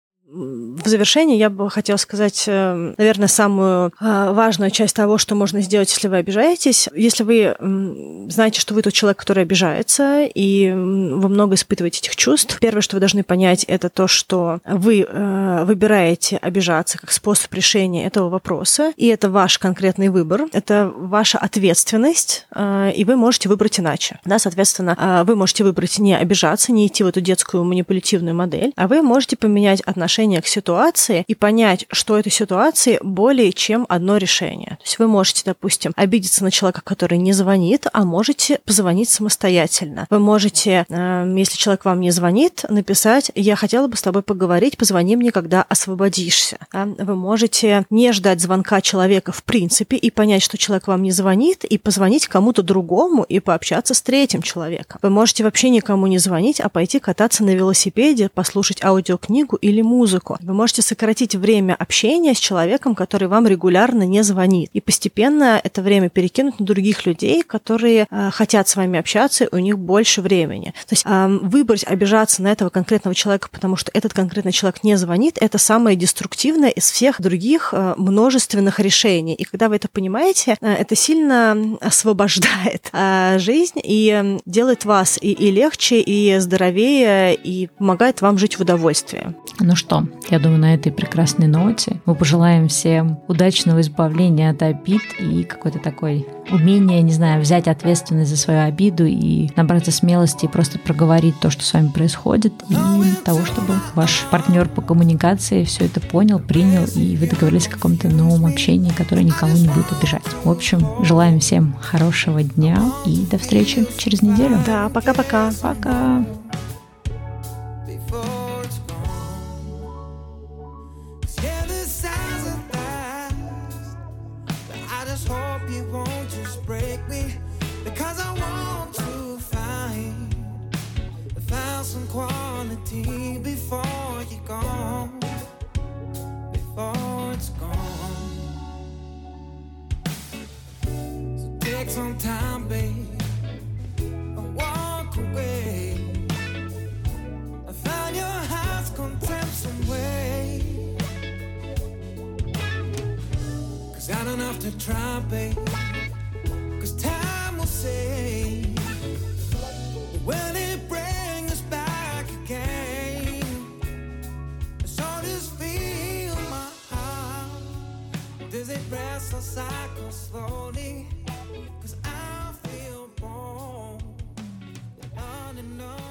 В завершение я бы хотела сказать, наверное, самую важную часть того, что можно сделать, если вы обижаетесь. Если вы знаете, что вы тот человек, который обижается, и вы много испытываете этих чувств, первое, что вы должны понять, это то, что вы выбираете обижаться как способ решения этого вопроса, и это ваш конкретный выбор, это ваша ответственность, и вы можете выбрать иначе. Да, соответственно, вы можете выбрать не обижаться, не идти в эту детскую манипулятивную модель, а вы можете поменять отношение к ситуации и понять, что этой ситуации более чем одно решение. То есть вы можете, допустим, обидеться на человека, который не звонит, а можете позвонить самостоятельно. Вы можете, если человек вам не звонит, написать: я хотела бы с тобой поговорить, позвони мне, когда освободишься. Вы можете не ждать звонка человека в принципе и понять, что человек вам не звонит, и позвонить кому-то другому и пообщаться с третьим человеком. Вы можете вообще никому не звонить, а пойти кататься на велосипеде, послушать аудиокнигу или музыку. музыку. Вы можете сократить время общения с человеком, который вам регулярно не звонит. И постепенно это время перекинуть на других людей, которые э, хотят с вами общаться, и у них больше времени. То есть э, выбрать обижаться на этого конкретного человека, потому что этот конкретный человек не звонит, это самое деструктивное из всех других э, множественных решений. И когда вы это понимаете, э, это сильно освобождает э, жизнь и делает вас и, и легче, и здоровее, и помогает вам жить в удовольствии. Ну что, я думаю, на этой прекрасной ноте мы пожелаем всем удачного избавления от обид и какой-то такой умение, не знаю, взять ответственность за свою обиду и набраться смелости и просто проговорить то, что с вами происходит, и того, чтобы ваш партнер по коммуникации все это понял, принял, и вы договорились о каком-то новом общении, которое никого не будет обижать. В общем, желаем всем хорошего дня и до встречи через неделю. Да, пока-пока. Пока. Some quality before you're gone, before it's gone. So take some time, babe, and walk away. I found your heart's content some way. Cause I don't have to try, babe, cause time will say when it breaks. Does it rest or cycle slowly? Cause I feel born on and on.